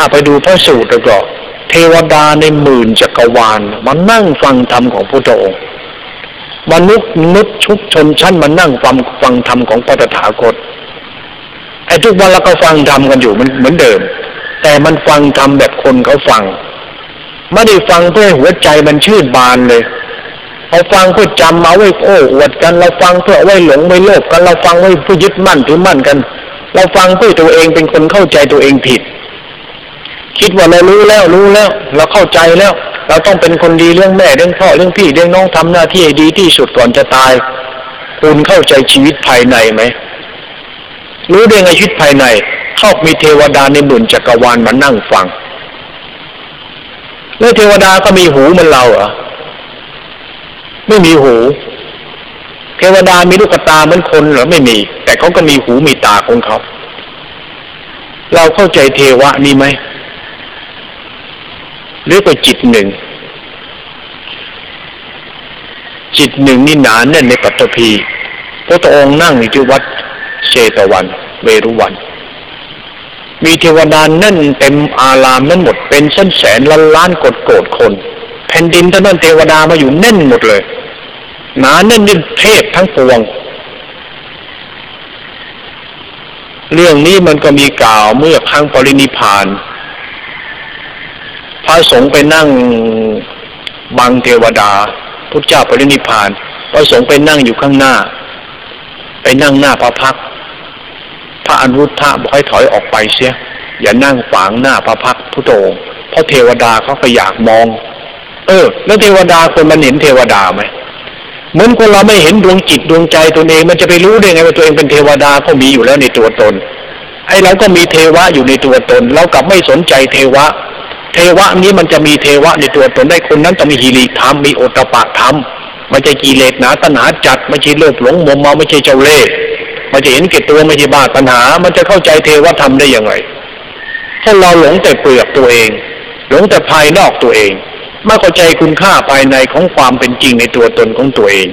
ไปดูพระสูตรแล้วก็เทวดาในหมื่นจักรวาลมานั่งฟังธรรมของพระพุทธองค์มนุษย์นุษย์ชุกชนชั้นมานั่งฟังฟังธรรมของพระตถาคตไอ้ทุกวันเราก็ฟังธรรมกันอยู่มันเหมือนเดิมแต่มันฟังธรรมแบบคนเขาฟังไม่ได้ฟังเพื่อหัวใจมันชื่นบานเลยเราฟังเพื่อจำเอาไว้โอ้อวดกันเราฟังเพื่อไว้หลงไม่โลภกันเราฟังไว้เพื่อยึดมั่นถือมั่นกันเราฟังเพื่อตัวเองเป็นคนเข้าใจตัวเองผิดคิดว่าเรารู้แล้วรู้แล้วเราเข้าใจแล้วเราต้องเป็นคนดีเรื่องแม่เรื่องพ่อเรื่องพี่เรื่องน้องทำหน้าที่ให้ดีที่สุดก่อนจะตายคุณเข้าใจชีวิตภายในไหมรู้ได้ไงชีวิตภายในเข้ามีเทวดาในหมื่นจักรวาลมานั่งฟังแล้วเทวดาก็มีหูเหมือนเราเหรอไม่มีหูเทวดามีลูกตาเหมือนคนเหรอไม่มีแต่เขาก็มีหูมีตาของเขาเราเข้าใจเทวะนี่ไหมหรือว่าจิตหนึ่งจิตหนึ่งนี่หนาแน่นในปัตตภีพระองค์นั่งอยู่ที่วัดเชตวันเวรุวันมีเทวดาแน่นเต็มอารามนั้นหมดเป็นแสนแสนล้านล้านกดโกรธคนแผ่นดินท่านั้นเทวดามาอยู่แน่นหมดเลยหนาแน่นดินเทพทั้งปวงเรื่องนี้มันก็มีกล่าวเมื่อครั้งปรินิพพานพระสงฆ์ไปนั่งบังเทวดาพุทธเจ้าปรินิพพานพระสงฆ์ไปนั่งอยู่ข้างหน้าไปนั่งหน้าพระพักตร์พระอนุรุทธะบอกให้ถอยออกไปเสียอย่านั่งฝังหน้าพระพักตร์พุทโธเพราะเทวดาเขาก็อยากมองเออแล้วเทวดาคนมันเห็นเทวดาไหมเหมือนคนเราไม่เห็นดวงจิตดวงใจตัวเองมันจะไปรู้ได้ไงว่าตัวเองเป็นเทวดาก็มีอยู่แล้วในตัวตนไอ้เราก็มีเทวะอยู่ในตัวตนเรากลับไม่สนใจเทวะเทวะนี้มันจะมีเทวะในตัวตนได้คนนั้นต้องมีหิริธรรมมีโอตตัปปะธรรมไม่ใช่กิเลสหนาตัณหาจัดไม่ใช่โลภหลงมัวเมาไม่ใช่เจ้าเล่ห์ไม่ใช่เห็นแก่ตัวไม่ใช่บ้าตัณหามันจะเข้าใจเทวธรรมได้ยังไงถ้าเราหลงแต่เปลือกตัวเองหลงแต่ภายนอกตัวเองไม่เข้าใจคุณค่าภายในของความเป็นจริงในตัวตนของตัวเอง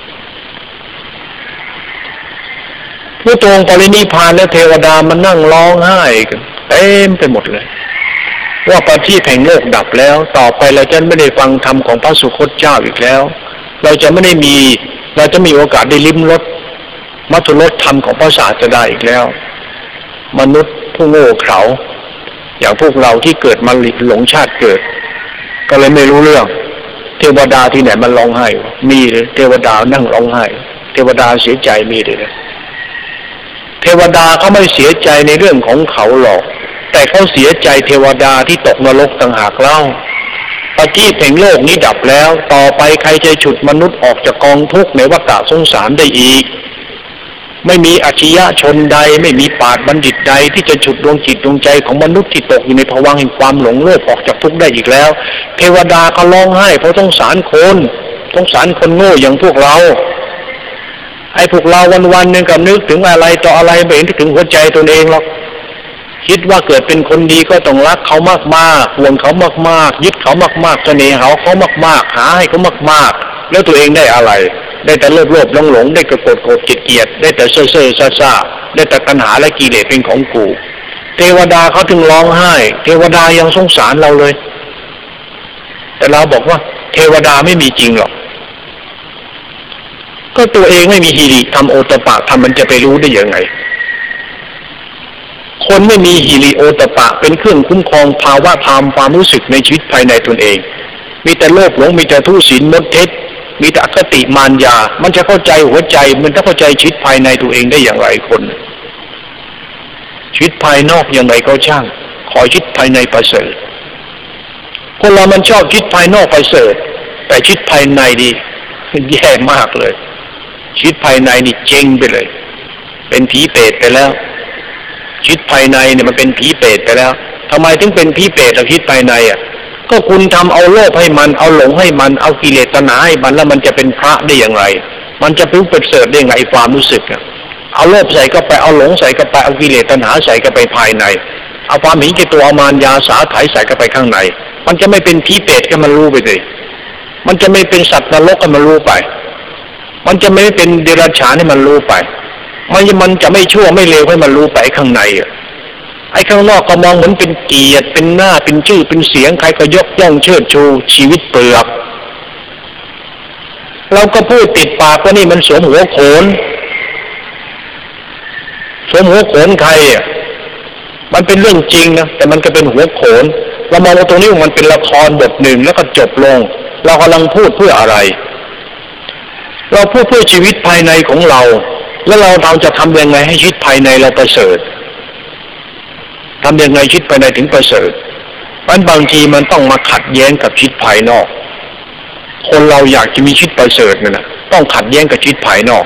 ผู้ตรงปรินิพพานและเทวดามันนั่งร้องไห้กันเต็มไปหมดเลยว่าประทีปแห่งโลกดับแล้วต่อไปเราจะไม่ได้ฟังธรรมของพระสุคตเจ้าอีกแล้วเราจะไม่ได้มีเราจะมีโอกาสได้ลิ้มรสมัทุรสธรรมของพระศาสดาอีกแล้วมนุษย์ผู้โง่เขลาอย่างพวกเราที่เกิดมาหลงชาติเกิดก็เลยไม่รู้เรื่องเทวดาที่ไหนมันร้องไห้มีเลยเทวดานั่งร้องไห้เทวดาเสียใจมีเลยนะเทวดาเขาไม่เสียใจในเรื่องของเขาหรอกแต่เขาเสียใจเทวดาที่ตกนรกต่างหากเล่าประทีปแห่งโลกนี้ดับแล้วต่อไปใครจะฉุดมนุษย์ออกจากกองทุกข์ในวัฏสงสารได้อีกไม่มีอริยชนใดไม่มีปราชญ์บัณฑิตใดที่จะฉุดดวงจิตดวงใจของมนุษย์ที่ตกอยู่ในภวังค์แห่งความหลงโลภออกจากทุกข์ได้อีกแล้วเทวดาเขาร้องไห้เพราะสงสารคนสงสารคนโง่อย่างพวกเราไอ้พวกเราวันๆนึงก็นึกถึงอะไรต่ออะไรไม่เห็นถึงหัวใจตนเองหรอกคิดว่าเกิดเป็นคนดีก็ต้องรักเขามากๆห่วงเขามากๆยึดเขามากๆเสน่หาเขามากๆหาให้เขามากๆแล้วตัวเองได้อะไรได้แต่โลภโลภหลงหลงได้กระโกรธโกรธเกลียดเกลียดได้แต่เซ่อเซ่อซ่าซ่าได้แต่ตัณหาและกิเลสเป็นของกูเทวดาเขาถึงร้องไห้เทวดายังสงสารเราเลยแต่เราบอกว่าเทวดาไม่มีจริงหรอกก็ตัวเองไม่มีหิริทำโอตตัปปะทำมันจะไปรู้ได้ยังไงคนไม่มีหิริโอตตัปปะเป็นเครื่องคุ้มครองภาวะธรรมความรู้สึกในชีวิตภายในตนเองมีแต่โลภหลงมีแต่ทุศีลมดเท็จมีแต่อคติมารยามันจะเข้าใจหัวใจมันจะเข้าใจชีวิตภายในตัวเองได้อย่างไรคนชีวิตภายนอกอย่างไรก็ช่างขอชีวิตภายในประเสริฐคนเรามันชอบชีวิตภายนอกประเสริฐแต่ชีวิตภายในดีแย่มากเลยชีวิตภายในนี่เจ๊งไปเลยเป็นผีเปรตไปแล้วชีวิตภายในเนี่ยมันเป็นผีเปรตไปแล้วทำไมถึงเป็นผีเปรตแล้วชีวิตภายในอ่ะก็คุณทำเอาโลภให้มันเอาหลงให้มันเอากิเลสตัณหาให้มันแล้วมันจะเป็นพระได้อย่างไรมันจะเป็นประเสริฐได้ยังไงความรู้สึกอ่ะเอาโลภใส่ก็ไปเอาหลงใส่ก็ไปเอากิเลสตัณหาใส่ก็ไปภายในเอาความเห็นแก่ตัวเอามารยาสาไถใส่ก็ไปข้างในมันจะไม่เป็นผีเปรตก็มันรู้ไปเลยมันจะไม่เป็นสัตว์นรกก็มันรู้ไปมันจะไม่เป็นเดรัจฉานให้มันรู้ไปมันมันจะไม่ชั่วไม่เลวให้มันรู้ไปข้างในอ่ะไอ้ข้างนอกก็มองเหมือนเป็นเกียรติเป็นหน้าเป็นชื่อเป็นเสียงใครก็ยกย่องเชิดชูชีวิตเปลือกเราก็พูดติดปากว่านี่มันสวมหัวโขนสวมหัวโขนใครอ่ะมันเป็นเรื่องจริงนะแต่มันก็เป็นหัวโขนเรามองว่าตรงนี้มันเป็นละครบทหนึ่งแล้วก็จบลงเรากำลังพูดเพื่ออะไรเราพูดเพื่อชีวิตภายในของเราแล้วเราเราจะทำยังไงให้ชีวิตภายในเราประเสริฐทำยังไงชีวิตภายในถึงประเสริฐมันบางทีมันต้องมาขัดแย้งกับชีวิตภายนอกคนเราอยากจะมีชีวิตประเสริฐเนี่ยนะต้องขัดแย้งกับชีวิตภายนอก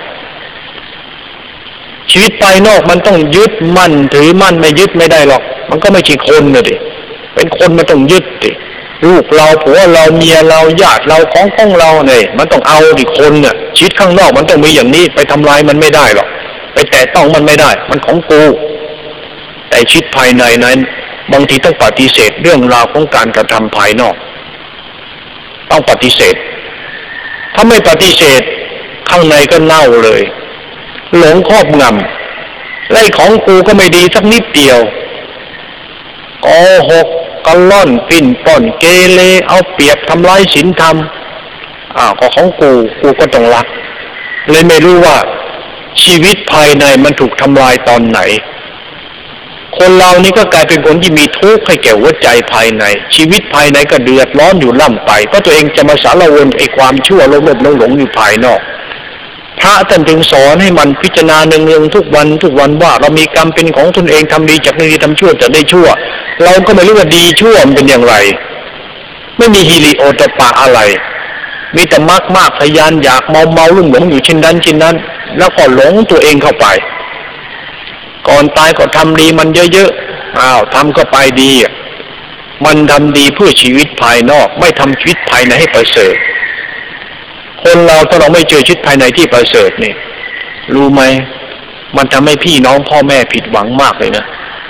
ชีวิตภายนอกมันต้องยึดมั่นถือมั่นไม่ยึดไม่ได้หรอกมันก็ไม่ใช่คนนะดิเป็นคนมันต้องยึดดิลูกเราผัวเราเมียเราญาติเราของของเราเนี่ยมันต้องเอาดิคนเนี่ยชีวิตข้างนอกมันต้องมีอย่างนี้ไปทำลายมันไม่ได้หรอกไปแตะต้องมันไม่ได้มันของกูแต่ชีวิตภายในนั้นบางทีต้องปฏิเสธเรื่องราวของการกระทำภายนอกต้องปฏิเสธถ้าไม่ปฏิเสธข้างในก็เน่าเลยหลงครอบงำไล่ของกูก็ไม่ดีสักนิดเดียวโกหกกะล่อนปิ้นป้อนเกเรเอาเปรียบทำลายศีลธรรมอ้าวก็ของกูกูก็ต้องรักเลยไม่รู้ว่าชีวิตภายในมันถูกทำลายตอนไหนคนเรานี่ก็กลายเป็นคนที่มีทุกข์ให้แก่หัวใจภายในชีวิตภายในก็เดือดร้อนอยู่ล่ำไปเพราะตัวเองจะมาสารวนไอ้ความชั่วโลภหลงอยู่ภายนอกพระท่านจึงสอนให้มันพิจารณาเนืองๆทุกวันทุกวันว่าเรามีกรรมเป็นของตนเองทำดีจากไม่ดีทำชั่วจากได้ชั่วเราก็ไม่รู้ว่าดีชั่วมันเป็นอย่างไรไม่มีฮิริโอตปะอะไรมีแต่มากมากทยานอยากเมาเมาลุ่มหลงอยู่เช่นนั้นเช่นนั้นแล้วก็หลงตัวเองเข้าไปก่อนตายก็ทำดีมันเยอะๆอ้าวทำก็ไปดีมันทำดีเพื่อชีวิตภายนอกไม่ทำชีวิตภายในให้ประเสริฐคนเราถ้าเราไม่เจอชีวิตภายในที่ประเสริฐนี่รู้ไหมมันทำให้พี่น้องพ่อแม่ผิดหวังมากเลยนะ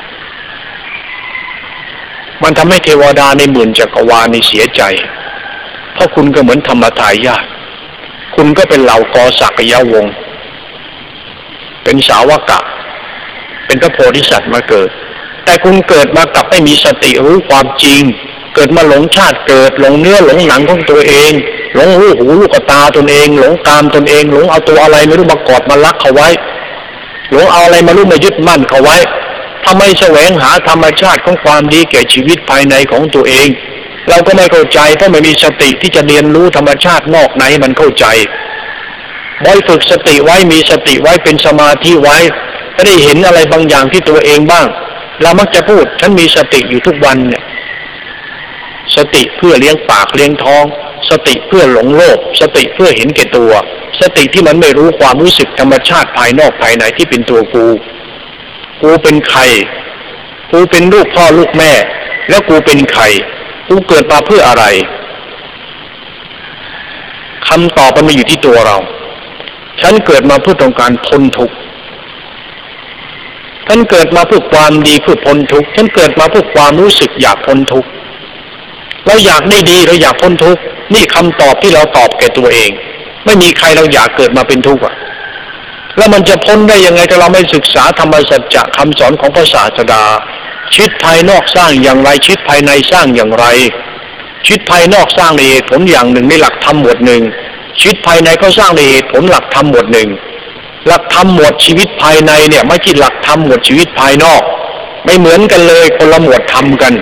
มันทำให้เทวดาในหมื่นจักรวาลนี่เสียใจเพราะคุณก็เหมือนธรรมทายาทคุณก็เป็นเหล่ากอศักยวงศ์เป็นสาวกะเป็นพระโพธิสัตว์มาเกิดแต่คุณเกิดมากับไม่มีสติรู้ความจริงเกิดมาหลงชาติเกิดหลงเนื้อหลงหนังของตัวเองหลงรูหูลูกตาตนเองหลงกามตนเองหลงเอาตัวอะไรไม่รู้มากอดมาลักเขาไว้หลงเอาอะไรมารู้มายึดมั่นเขาไว้ถ้าไม่แสวงหาธรรมชาติของความดีแก่ชีวิตภายในของตัวเองเราก็ไม่เข้าใจเพราะไม่มีสติที่จะเรียนรู้ธรรมชาตินอกในมันเข้าใจบ่อยฝึกสติไว้มีสติไว้เป็นสมาธิไว้ก็ได้เห็นอะไรบางอย่างที่ตัวเองบ้างเรามักจะพูดฉันมีสติอยู่ทุกวันเนี่ยสติเพื่อเลี้ยงปากเลี้ยงท้องสติเพื่อหลงโลภสติเพื่อเห็นแก่ตัวสติที่มันไม่รู้ความรู้สึกธรรมชาติภายนอกภายในที่เป็นตัวกูกูเป็นใครกูเป็นลูกพ่อลูกแม่แล้วกูเป็นใครกูเกิดมาเพื่ออะไรคำตอบมันมาอยู่ที่ตัวเราฉันเกิดมาเพื่อต้องการพ้นทุกข์ฉันเกิดมาเพื่อความดีเพื่อพ้นทุกข์ฉันเกิดมาเพื่อความรู้สึกอยากพ้นทุกข์เราอยากได้ดีเราอยากพ้นทุกข์นี่คำตอบที่เราตอบแก่ตัวเองไม่มีใครเราอยากเกิดมาเป็นทุกข์อ่ะแล้วมันจะพ้นได้ยังไงถ้าเราไม่ศึกษาธรรมสัจจะคำสอนของพระศาสดาชีวิตภายนอกสร้างอย่างไรชีวิตภายในสร้างอย่างไรชีวิตภายนอกสร้างในเหตุผลอย่างหนึ่งในหลักธรรมหมวดหนึ่งชีวิตภายในก็สร้างในเหตุผลหลักธรรมหมวดหนึ่งหลักธรรมหมวดชีวิตภายในเนี่ยไม่ใช่หลักธรรมหมวดชีวิตภายนอกไม่เหมือนกันเลยคนละหมวดธรรมกัน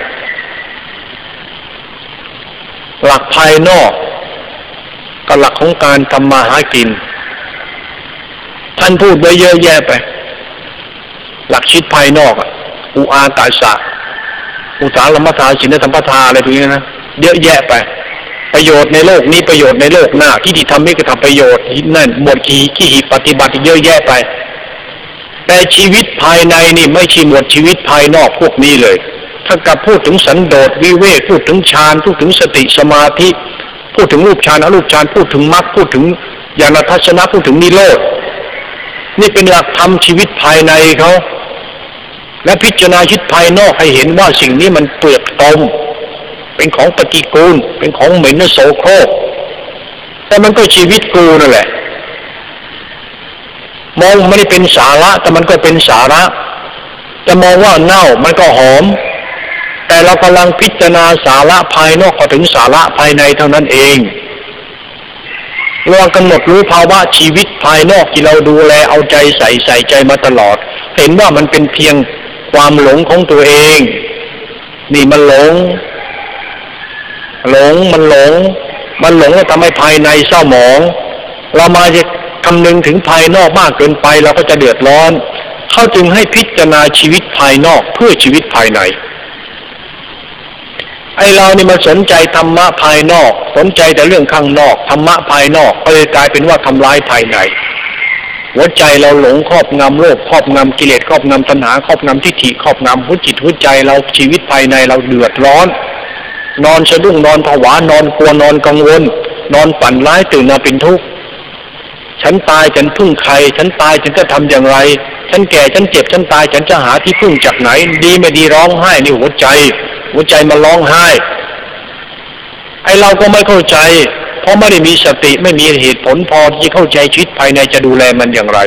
หลักภายนอกกับหลักของการทำมาหากินท่านพูดไว้เยอะแยะไปหลักชีวิตภายนอกอุอากาสะอุตสาลมัทธาสินธรรมทาอะไรตรงนี้นะเยอะแยะไปประโยชน์ในโลกนี้ประโยชน์ในโลกหน้าที่ที่ทำให้กระทำประโยชน์นั่นหมวดขี้ขี้หิปฏิบัติเยอะแยะไปแต่ชีวิตภายในนี่ไม่ใช่หมวดชีวิตภายนอกพวกนี้เลยถ้ากับพูดถึงสันโดษวิเวกพูดถึงฌานพูดถึงสติสมาธิพูดถึงรูปฌานอรูปฌานพูดถึงมรรคพูดถึงญาณทัศนะพูดถึงนิโรธนี่เป็นหลักธรรมชีวิตภายในเขาและพิจารณาชีวิตภายนอกให้เห็นว่าสิ่งนี้มันเปลือกตมเป็นของปฏิกูลเป็นของเหม็นโสโครกแต่มันก็ชีวิตกูนั่นแหละมองไม่ได้เป็นสาระแต่มันก็เป็นสาระจะมองว่าเน่ามันก็หอมแต่เรากำลังพิจารณาสาระภายนอกก็ถึงสาระภายในเท่านั้นเองลองกำหนดรู้ภาวะชีวิตภายนอกที่เราดูแลเอาใจใส่ใส่ใจมาตลอดเห็นว่ามันเป็นเพียงความหลงของตัวเองนี่มันหลงหลงมันหลงมันหลงแล้วทำให้ภายในเศร้าหมองเรามาจะคำนึงถึงภายนอกมากเกินไปเราก็จะเดือดร้อนเขาจึงให้พิจารณาชีวิตภายนอกเพื่อชีวิตภายในไอ้เรานี่มันสนใจธรรมะภายนอกสนใจแต่เรื่องข้างนอกธรรมะภายนอกก็เลยกลายเป็นว่าทำร้ายภายในหัวใจเราหลงครอบงำโลภครอบงำกิเลสครอบงำตัณหาครอบงำทิฏฐิครอบงำหัวจิตหัวใจเราชีวิตภายในเราเดือดร้อนนอนสะดุ้งนอนผวานอนกลัวนอนกังวลนอนฝันร้ายตื่นมาเป็นทุกข์ฉันตายฉันพึ่งใครฉันตายฉันจะทำอย่างไรฉันแก่ฉันเจ็บฉันตายฉันจะหาที่พึ่งจากไหนดีไม่ดีร้องไห้นี่หัวใจหัวใจมันร้องไห้ไอ้เราก็ไม่เข้าใจเพราะไม่ได้มีสติไม่มีเหตุผลพอที่เข้าใจชีวิตภายในจะดูแลมันอย่างไร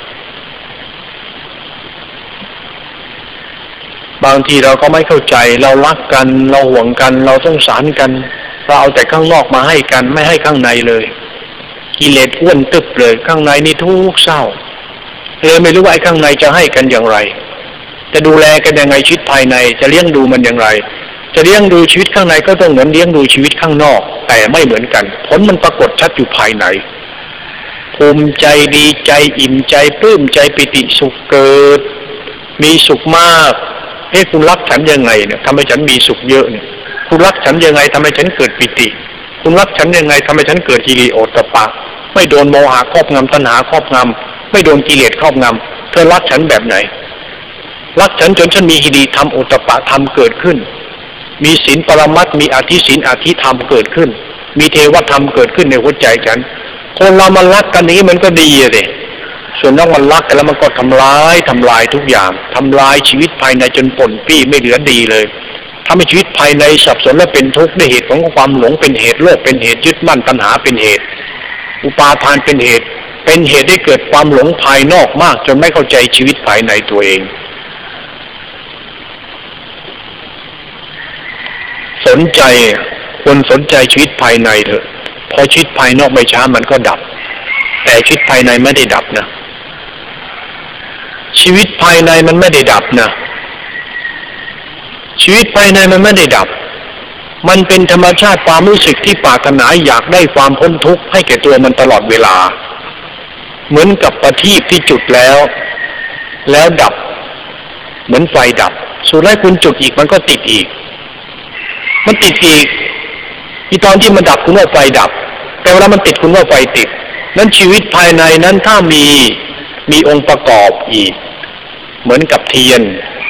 บางทีเราก็ไม่เข้าใจเรารักกันเราห่วงกันเราสงสารกันเราเอาแต่ข้างนอกมาให้กันไม่ให้ข้างในเลยกิเลสอ้วนตึบเลยข้างในนี่ทุกข์เศร้าเลยไม่รู้ว่าไอ้ข้างในจะให้กันอย่างไรจะดูแลกันยังไงชีวิตภายในจะเลี้ยงดูมันอย่างไรจะเลี้ยงดูชีวิตข้างในก็ต้องเหมือนเลี้ยงดูชีวิตข้างนอกแต่ไม่เหมือนกันผลมันปรากฏชัดอยู่ภายในภูมิใจดีใจอิ่มใจปลื้มใจปิติสุขเกิดมีสุขมากเฮ้คุณรักฉันยังไงเนี่ยทำให้ฉันมีสุขเยอะเนี่ยคุณรักฉันยังไงทำให้ฉันเกิดปิติคุณรักฉันยังไงทำให้ฉันเกิดฮิริโอตตัปปะไม่โดนโมหะครอบงำตัณหาครอบงำไม่โดนกิเลสครอบงำเธอรักฉันแบบไหนรักฉันจนฉันมีฮิริธรรมโอตตัปปะธรรมเกิดขึ้นมีศีลปรมัตถ์มีอธิศีลอธิธรรมเกิดขึ้นมีเทวธรรมเกิดขึ้นในหัวใจฉันคนเรามันรักกันนี้มันก็ดีเลยส่วนนอกมันรักกันแล้วมันก็ทำร้ายทำลายทุกอย่างทำลายชีวิตภายในจนป่นปี้ไม่เหลือดีเลยทำให้ชีวิตภายในสับสนและเป็นทุกข์ด้วยเหตุของความหลงเป็นเหตุโลภเป็นเหตุยึดมั่นตัณหาเป็นเหตุอุปาทานเป็นเหตุเป็นเหตุให้เกิดความหลงภายนอกมากจนไม่เข้าใจชีวิตภายในตัวเองสนใจควรสนใจชีวิตภายในเถอะพอชีวิตภายนอกไม่ช้ามันก็ดับแต่ชีวิตภายในไม่ได้ดับนะชีวิตภายในมันไม่ได้ดับนะชีวิตภายในมันไม่ได้ดับมันเป็นธรรมชาติความรู้สึกที่ปรารถนาอยากได้ความพ้นทุกข์ให้แก่ตัวมันตลอดเวลาเหมือนกับประทีปที่จุดแล้วแล้วดับเหมือนไฟดับสุดท้ายคุณจุดอีกมันก็ติดอีกมันติดอีกที่ตอนที่มันดับคุณว่าไฟดับแต่เวลามันติดคุณว่าไฟติดนั้นชีวิตภายในนั้นถ้ามีมีองค์ประกอบอีกเหมือนกับเทียน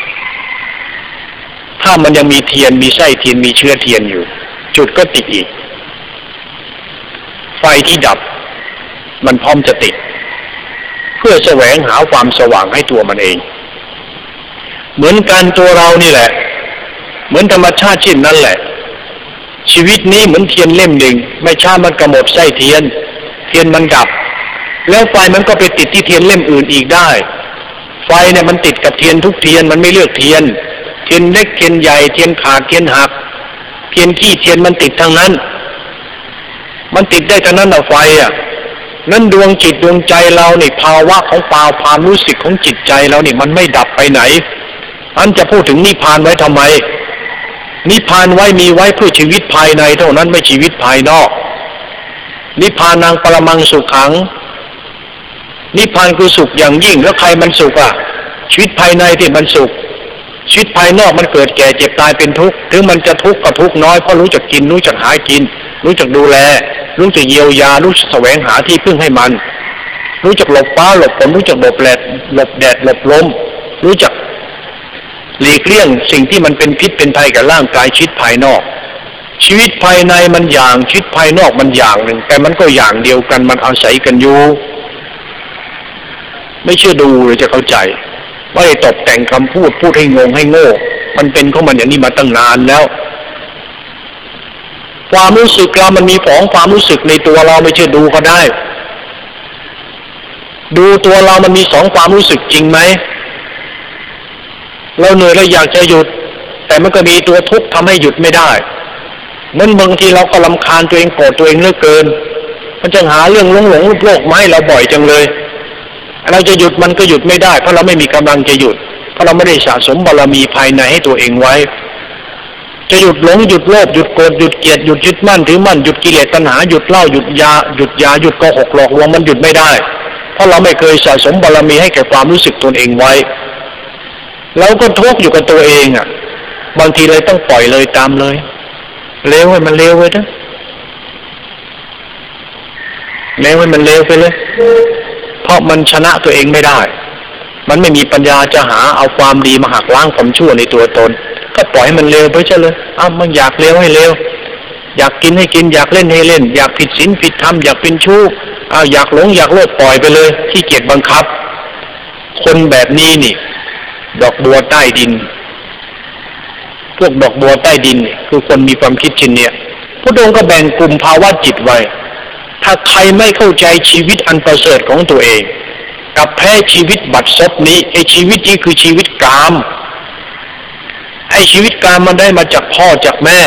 ถ้ามันยังมีเทียนมีไส้เทียนมีเชื้อเทียนอยู่จุดก็ติดอีกไฟที่ดับมันพร้อมจะติดเพื่อแสวงหาความสว่างให้ตัวมันเองเหมือนกันตัวเรานี่แหละเหมือนธรรมชาติเช่นนั้นแหละชีวิตนี้เหมือนเทียนเล่มหนึ่งไม่ช้ามันกระหมดไส้เทียนเทียนมันดับแล้วไฟมันก็ไปติดที่เทียนเล่มอื่นอีกได้ไฟเนี่ยมันติดกับเทียนทุกเทียนมันไม่เลือกเทียนเทียนเล็กเทียนใหญ่เทียนขาดเทียนหักเทียนขี้เทียนมันติดทั้งนั้นมันติดได้ทั้งนั้นเอาไฟอ่ะนั่นดวงจิตดวงใจเราเนี่ยภาวะของความความรู้สึกของจิตใจเราเนี่ยมันไม่ดับไปไหนอันจะพูดถึงนิพพานไว้ทำไมนิพพานไว้มีไว้เพื่อชีวิตภายในเท่านั้นไม่ชีวิตภายนอกนิพพานังปรมังสุขังนิพพานคือสุขอย่างยิ่งแล้วใครมันสุขอ่ะชีวิตภายในที่มันสุขชีวิตภายนอกมันเกิดแก่เจ็บตายเป็นทุกข์ถึงมันจะทุกข์ก็ทุกข์น้อยเพราะรู้จักกินรู้จักหากินรู้จักดูแลรู้จักเยียวยารู้จักแสวงหาที่พึ่งให้มันรู้จักหลบฟ้าหลบฝนรู้จักหลบแดดหลบแดดหลบลมรู้จักหลีกเลี่ยงสิ่งที่มันเป็นพิษเป็นภัยกับร่างกายชีวิตภายนอกชีวิตภายในมันอย่างชีวิตภายนอกมันอย่างหนึ่งแต่มันก็อย่างเดียวกันมันอาศัยกันอยู่ไม่เชื่อดูเลยจะเข้าใจไม่ได้ตกแต่งคำพูดพูดให้งงให้โง่มันเป็นของมันอย่างนี้มาตั้งนานแล้วความรู้สึกเรามันมีของความรู้สึกในตัวเราไม่เชื่อดูก็ได้ดูตัวเรามันมีสองความรู้สึกจริงไหมเราเหนื่อยเราอยากจะหยุดแต่มันก็มีตัวทุกข์ทำให้หยุดไม่ได้เหมือนบางทีเราก็รำคาญตัวเองโกรธตัวเองเหลือเกินมันจะหาเรื่องหลงหลงโลกมาให้เราบ่อยจังเลยเราจะหยุดมันก็หยุดไม่ได้เพราะเราไม่มีกำลังจะหยุดเพราะเราไม่ได้สะสมบารมีภายในให้ตัวเองไว้จะหยุดหลงหยุดโลภหยุดโกรธหยุดเกลียดหยุดยึดมั่นถือมั่นหยุดกิเลสตัณหาหยุดเหล้าหยุดยาหยุดยาหยุดโกหกหลอกลวงมันหยุดไม่ได้เพราะเราไม่เคยสะสมบารมีให้แก่ความรู้สึกตนเองไว้เราก็ทุกข์อยู่กับตัวเองอ่ะบางทีเลยต้องปล่อยเลยตามเลยเลวให้มันเลวไปนะเลวให้มันเลวไปเลยเพราะมันชนะตัวเองไม่ได้มันไม่มีปัญญาจะหาเอาความดีมาหักล้างความชั่วในตัวตนก็ปล่อยให้มันเลวไปเฉยเลยอ้าวมันอยากเลวให้เลวอยากกินให้กินอยากเล่นให้เล่นอยากผิดศีลผิดธรรมอยากเป็นชู้อ้าวอยากหลงอยากโลภปล่อยไปเลยขี้เกียจบังคับคนแบบนี้นี่ดอกบัวใต้ดินพวกดอกบัวใต้ดินนี่คือคนมีความคิดเช่นนี้พระองค์ก็แบ่งกลุ่มภาวะจิตไว้ถ้าใครไม่เข้าใจชีวิตอันประเสริฐของตัวเองกับแพ้ชีวิตบัดซบนี้ไอ้ชีวิตนี้คือชีวิตกามไอ้ชีวิตกามมันได้มาจากพ่อจากแม่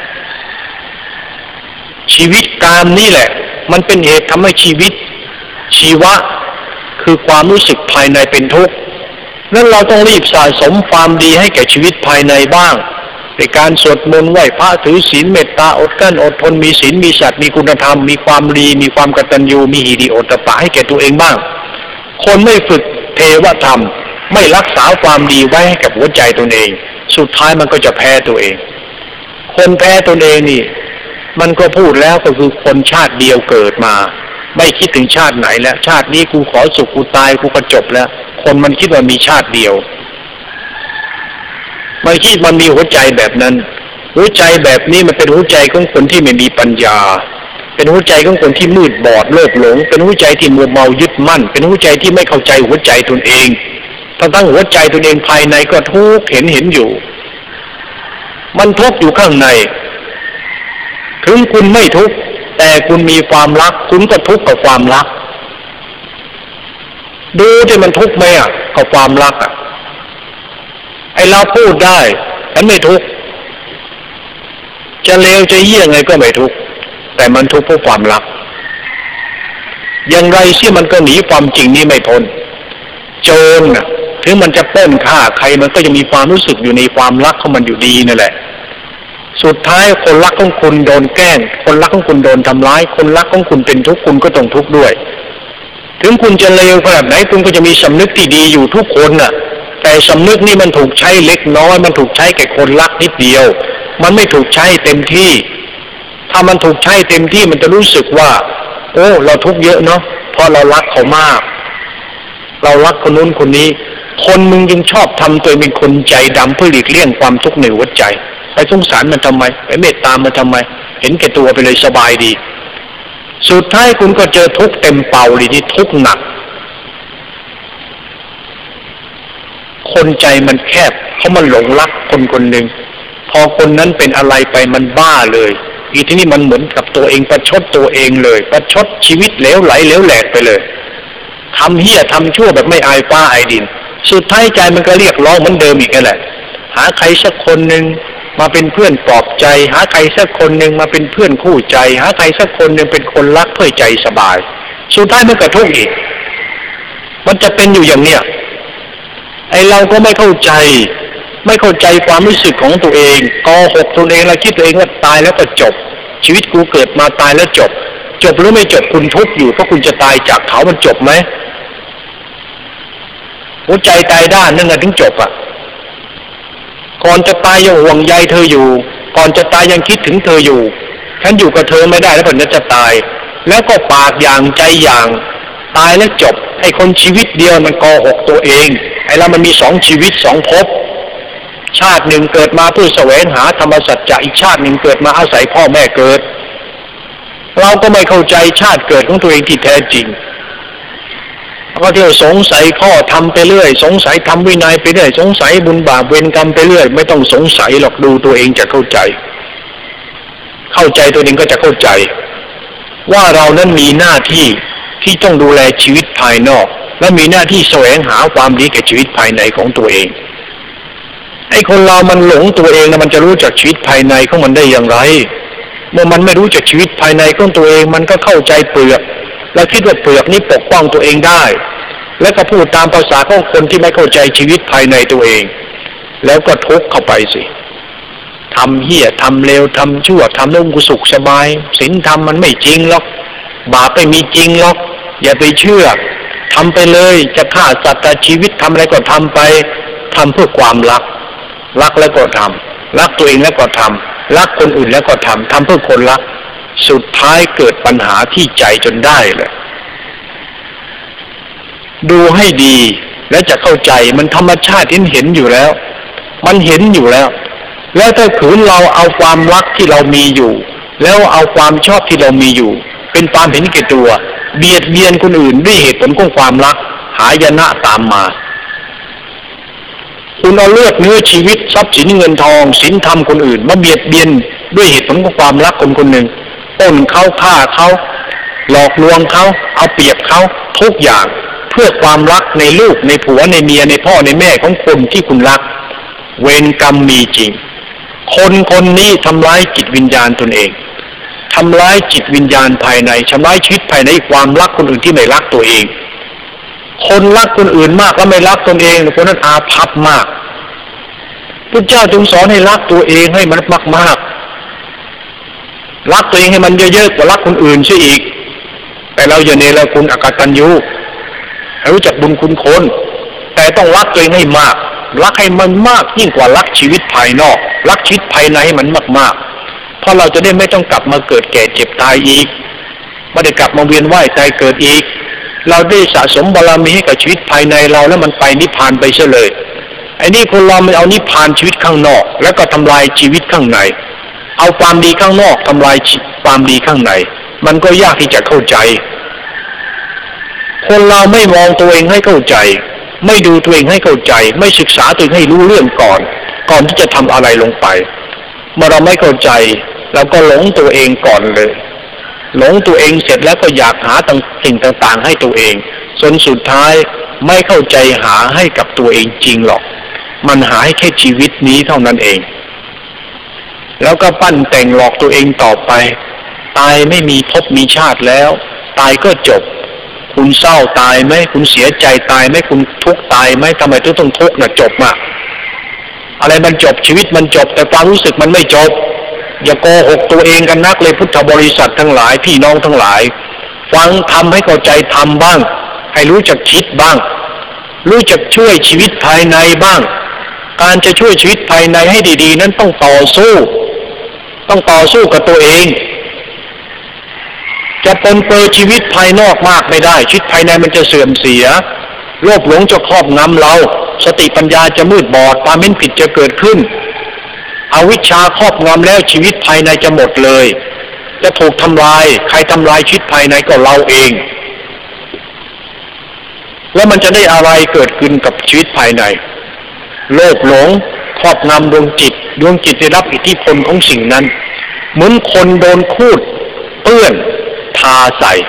ชีวิตกามนี่แหละมันเป็นเหตุทำให้ชีวิตชีวะคือความรู้สึกภายในเป็นทุกข์นั้นเราต้องรีบสะสมความดีให้แก่ชีวิตภายในบ้างในการสวดมนต์ไหว้พระถือศีลเมตตาอดกลั้นอดทนมีศีลมีสัตย์มีคุณธรรมมีความดีมีความกตัญญูมีหิริโอตตัปปะให้แก่ตัวเองบ้างคนไม่ฝึกเทวธรรมไม่รักษาความดีไว้ให้กับหัวใจตนเองสุดท้ายมันก็จะแพ้ตัวเองคนแพ้ตนเองนี่มันก็พูดแล้วก็คือคนชาติเดียวเกิดมาไม่คิดถึงชาติไหนแล้วชาตินี้กูขอสุขกูตายกูก็จบแล้วคนมันคิดว่ามีชาติเดียวมันคิดมันมีหัวใจแบบนั้นหัวใจแบบนี้มันเป็นหัวใจของคนที่ไม่มีปัญญาเป็นหัวใจของคนที่มืดบอดโลภหลงเป็นหัวใจที่มัวเมายึดมั่นเป็นหัวใจที่ไม่เข้าใจหัวใจตนเองทั้งๆหัวใจตนเองภายในก็ทุกข์เห็นเห็นอยู่มันทุกข์อยู่ข้างในถึงคุณไม่ทุกข์แต่คุณมีความรักคุณก็ทุกข์กับความรักดูที่มันทุกข์ไหมอ่ะกับความรักอ่ะไอเราพูดได้มันไม่ทุกข์จะเลวจะเยี่ยงไงก็ไม่ทุกข์แต่มันทุกข์เพราะความรักอย่างไรที่มันก็หนีความจริงนี้ไม่พ้นโจรน่ะถึงมันจะปล้นฆ่าใครมันก็ยังมีความรู้สึกอยู่ในความรักของมันอยู่ดีนั่นแหละสุดท้ายคนรักของคุณโดนแกล้งคนรักของคุณโดนทำร้ายคนรักของคุณเป็นทุกข์คุณก็ต้องทุกข์ด้วยถึงคุณจะเลวขนาดไหนคุณก็จะมีสำนึกที่ดีอยู่ทุกคนน่ะแต่สำนึกนี่มันถูกใช้เล็กน้อยมันถูกใช้แก่คนรักนิดเดียวมันไม่ถูกใช้เต็มที่ถ้ามันถูกใช้เต็มที่มันจะรู้สึกว่าโอ้เราทุกข์เยอะเนาะเพราะเรารักเขามากเรารักคนนู้นคนนี้คนมึงยังชอบทำตัวเป็นคนใจดำเพื่อหลีกเลี่ยงความทุกข์ในหัวใจไปสงสารมันทำไมไปเมตตามันทำไมเห็นแก่ตัวไปเลยสบายดีสุดท้ายคุณก็เจอทุกข์เต็มเป่าเลยนี่ทุกข์หนักคนใจมันแคบเขามันหลงรักคนคนหนึ่งพอคนนั้นเป็นอะไรไปมันบ้าเลยอีที่นี่มันเหมือนกับตัวเองประชดตัวเองเลยประชดชีวิตเหลวไหลเหลวแหลกไปเลยทำเหี้ยทำชั่วแบบไม่อายฟ้าอายดินสุดท้ายใจมันก็เรียกร้องเหมือนเดิมอีกนั่นแหละหาใครสักคนหนึ่งมาเป็นเพื่อนปลอบใจหาใครสักคนหนึ่งมาเป็นเพื่อนคู่ใจหาใครสักคนหนึ่งเป็นคนรักเพื่อใจสบายสุดท้ายมันก็ทุกข์อีกมันจะเป็นอยู่อย่างเนี้ยไอเราก็ไม่เข้าใจไม่เข้าใจความรู้สึกของตัวเองโกหกตัวเองแล้วคิดตัวเองว่าตายแล้วก็จบชีวิตกูเกิดมาตายแล้วจบจบหรือไม่จบคุณทุกข์อยู่เพราะคุณจะตายจากเขามันจบไหมหัวใจตายด้านนั่นแหละถึงจบอ่ะก่อนจะตายยังห่วงใยเธออยู่ก่อนจะตายยังคิดถึงเธออยู่ฉันอยู่กับเธอไม่ได้แล้วผมจะตายแล้วก็ปากอย่างใจอย่างตายแล้วจบไอ้คนชีวิตเดียวมันโกหกตัวเองไอ้เรามันมีสองชีวิตสองภพชาติหนึ่งเกิดมาเพื่อแสวงหาธรรมสัจจะอีกชาติหนึ่งเกิดมาอาศัยพ่อแม่เกิดเราก็ไม่เข้าใจชาติเกิดของตัวเองที่แท้จริงก็เที่ยวสงสัยข้อทำไปเรื่อยสงสัยทำวินัยไปเรื่อยสงสัยบุญบาปเวรกรรมไปเรื่อยไม่ต้องสงสัยหรอกดูตัวเองจะเข้าใจเข้าใจตัวเองก็จะเข้าใจว่าเรานั้นมีหน้าที่ที่ต้องดูแลชีวิตภายนอกและมีหน้าที่แสวงหาความดีแก่ชีวิตภายในของตัวเองไอ้คนเรามันหลงตัวเองนะมันจะรู้จักชีวิตภายในของมันได้อย่างไรเมื่อมันไม่รู้จักชีวิตภายในของตัวเองมันก็เข้าใจเปลือกแล้วคิดว่าเปลือกนี้ปกป้องตัวเองได้แล้วก็พูดตามภาษาของคนที่ไม่เข้าใจชีวิตภายในตัวเองแล้วก็ทุกข์เข้าไปสิทำเหี้ยทำเลวทำชั่วทำแล้วกูสุขสบายศีลธรรมมันไม่จริงหรอกบาปไม่มีจริงหรอกอย่าไปเชื่อทำไปเลยจะฆ่าสัตว์ชีวิตทำอะไรก็ทำไปทำเพื่อความรักรักแล้วก็ทำรักตัวเองแล้วก็ทำรักคนอื่นแล้วก็ทำทำเพื่อคนรักสุดท้ายเกิดปัญหาที่ใจจนได้เลยดูให้ดีแล้วจะเข้าใจมันธรรมชาติที่เห็นอยู่แล้วมันเห็นอยู่แล้วแล้วถ้าขืนเราเอาความรักที่เรามีอยู่แล้วเอาความชอบที่เรามีอยู่เป็นความเห็นแก่ตัวเบียดเบียนคนอื่นด้วยเหตุผลของความรักหายนะตามมาคุณเอาเลือดเนื้อชีวิตทรัพย์สินเงินทองศีลธรรมคนอื่นมาเบียดเบียนด้วยเหตุผลของความรักคนคนหนึ่งปล้นเขาฆ่าเขาหลอกลวงเขาเอาเปรียบเขาทุกอย่างเพื่อความรักในลูกในผัวในเมียในพ่อในแม่ของคนที่คุณรักเวรกรรมมีจริงคนคนนี้ทำร้ายจิตวิญญาณตนเองทำร้ายจิตวิญญาณภายในทำร้ายชีวิตภายในความรักคนอื่นที่ไม่รักตัวเองคนรักคนอื่นมากแล้วไม่รักตนเองคนนั้นอาภัพมากพระเจ้าจึงสอนให้รักตัวเองให้มันมากๆรักตัวเองให้มันเยอะๆกว่ารักคนอื่นซะอีกแต่เราอย่าเนรคุณอกตัญญูให้รู้จักบุญคุณคนแต่ต้องรักตัวเองให้มากรักให้มันมากยิ่งกว่ารักชีวิตภายนอกรักชีวิตภายในให้มันมากๆเพราะเราจะได้ไม่ต้องกลับมาเกิดแก่เจ็บตายอีกไม่ได้กลับมาเวียนว่ายตายเกิดอีกเราได้สะสมบารมีให้กับชีวิตภายในเราแล้วมันไปนิพพานไปเฉยเลยไอ้นี่คนเรามันเอานิพพานชีวิตข้างนอกแล้วก็ทำลายชีวิตข้างในเอาความดีข้างนอกทำลายความดีข้างในมันก็ยากที่จะเข้าใจคนเราไม่มองตัวเองให้เข้าใจไม่ดูตัวเองให้เข้าใจไม่ศึกษาตัวเองให้รู้เรื่องก่อนก่อนที่จะทำอะไรลงไปเมื่อเราไม่เข้าใจเราก็หลงตัวเองก่อนเลยหลงตัวเองเสร็จแล้วก็อยากหาสิ่งต่างๆให้ตัวเองจนสุดท้ายไม่เข้าใจหาให้กับตัวเองจริงหรอกมันหาให้แค่ชีวิตนี้เท่านั้นเองแล้วก็ปั้นแต่งหลอกตัวเองต่อไปตายไม่มีภพมีชาติแล้วตายก็จบคุณเศร้าตายไหมคุณเสียใจตายไหมคุณทุกข์ตายไหมทำไมต้องต้องทุกข์น่ะจบมาอะไรมันจบชีวิตมันจบแต่ความรู้สึกมันไม่จบอย่าโกหกตัวเองกันนักเลยพุทธบริษัททั้งหลายพี่น้องทั้งหลายฟังทำให้เข้าใจทำบ้างให้รู้จักคิดบ้างรู้จักช่วยชีวิตภายในบ้างการจะช่วยชีวิตภายในให้ดีๆนั้นต้องต่อสู้ต้องต่อสู้กับตัวเองจะปนเปื้อนชีวิตภายนอกมากไม่ได้ชีวิตภายในมันจะเสื่อมเสียโลภหลงจะครอบงำเราสติปัญญาจะมืดบอดความเห็นผิดจะเกิดขึ้นอวิชชาครอบงำแล้วชีวิตภายในจะหมดเลยจะถูกทำลายใครทำลายชีวิตภายในก็เราเองแล้วมันจะได้อะไรเกิดขึ้นกับชีวิตภายในโลภหลงครอบงำดวงจิตดวงจิตได้รับอิทธิพลของสิ่งนั้นเหมือนคนโดนคูดเปื้อนทาใส่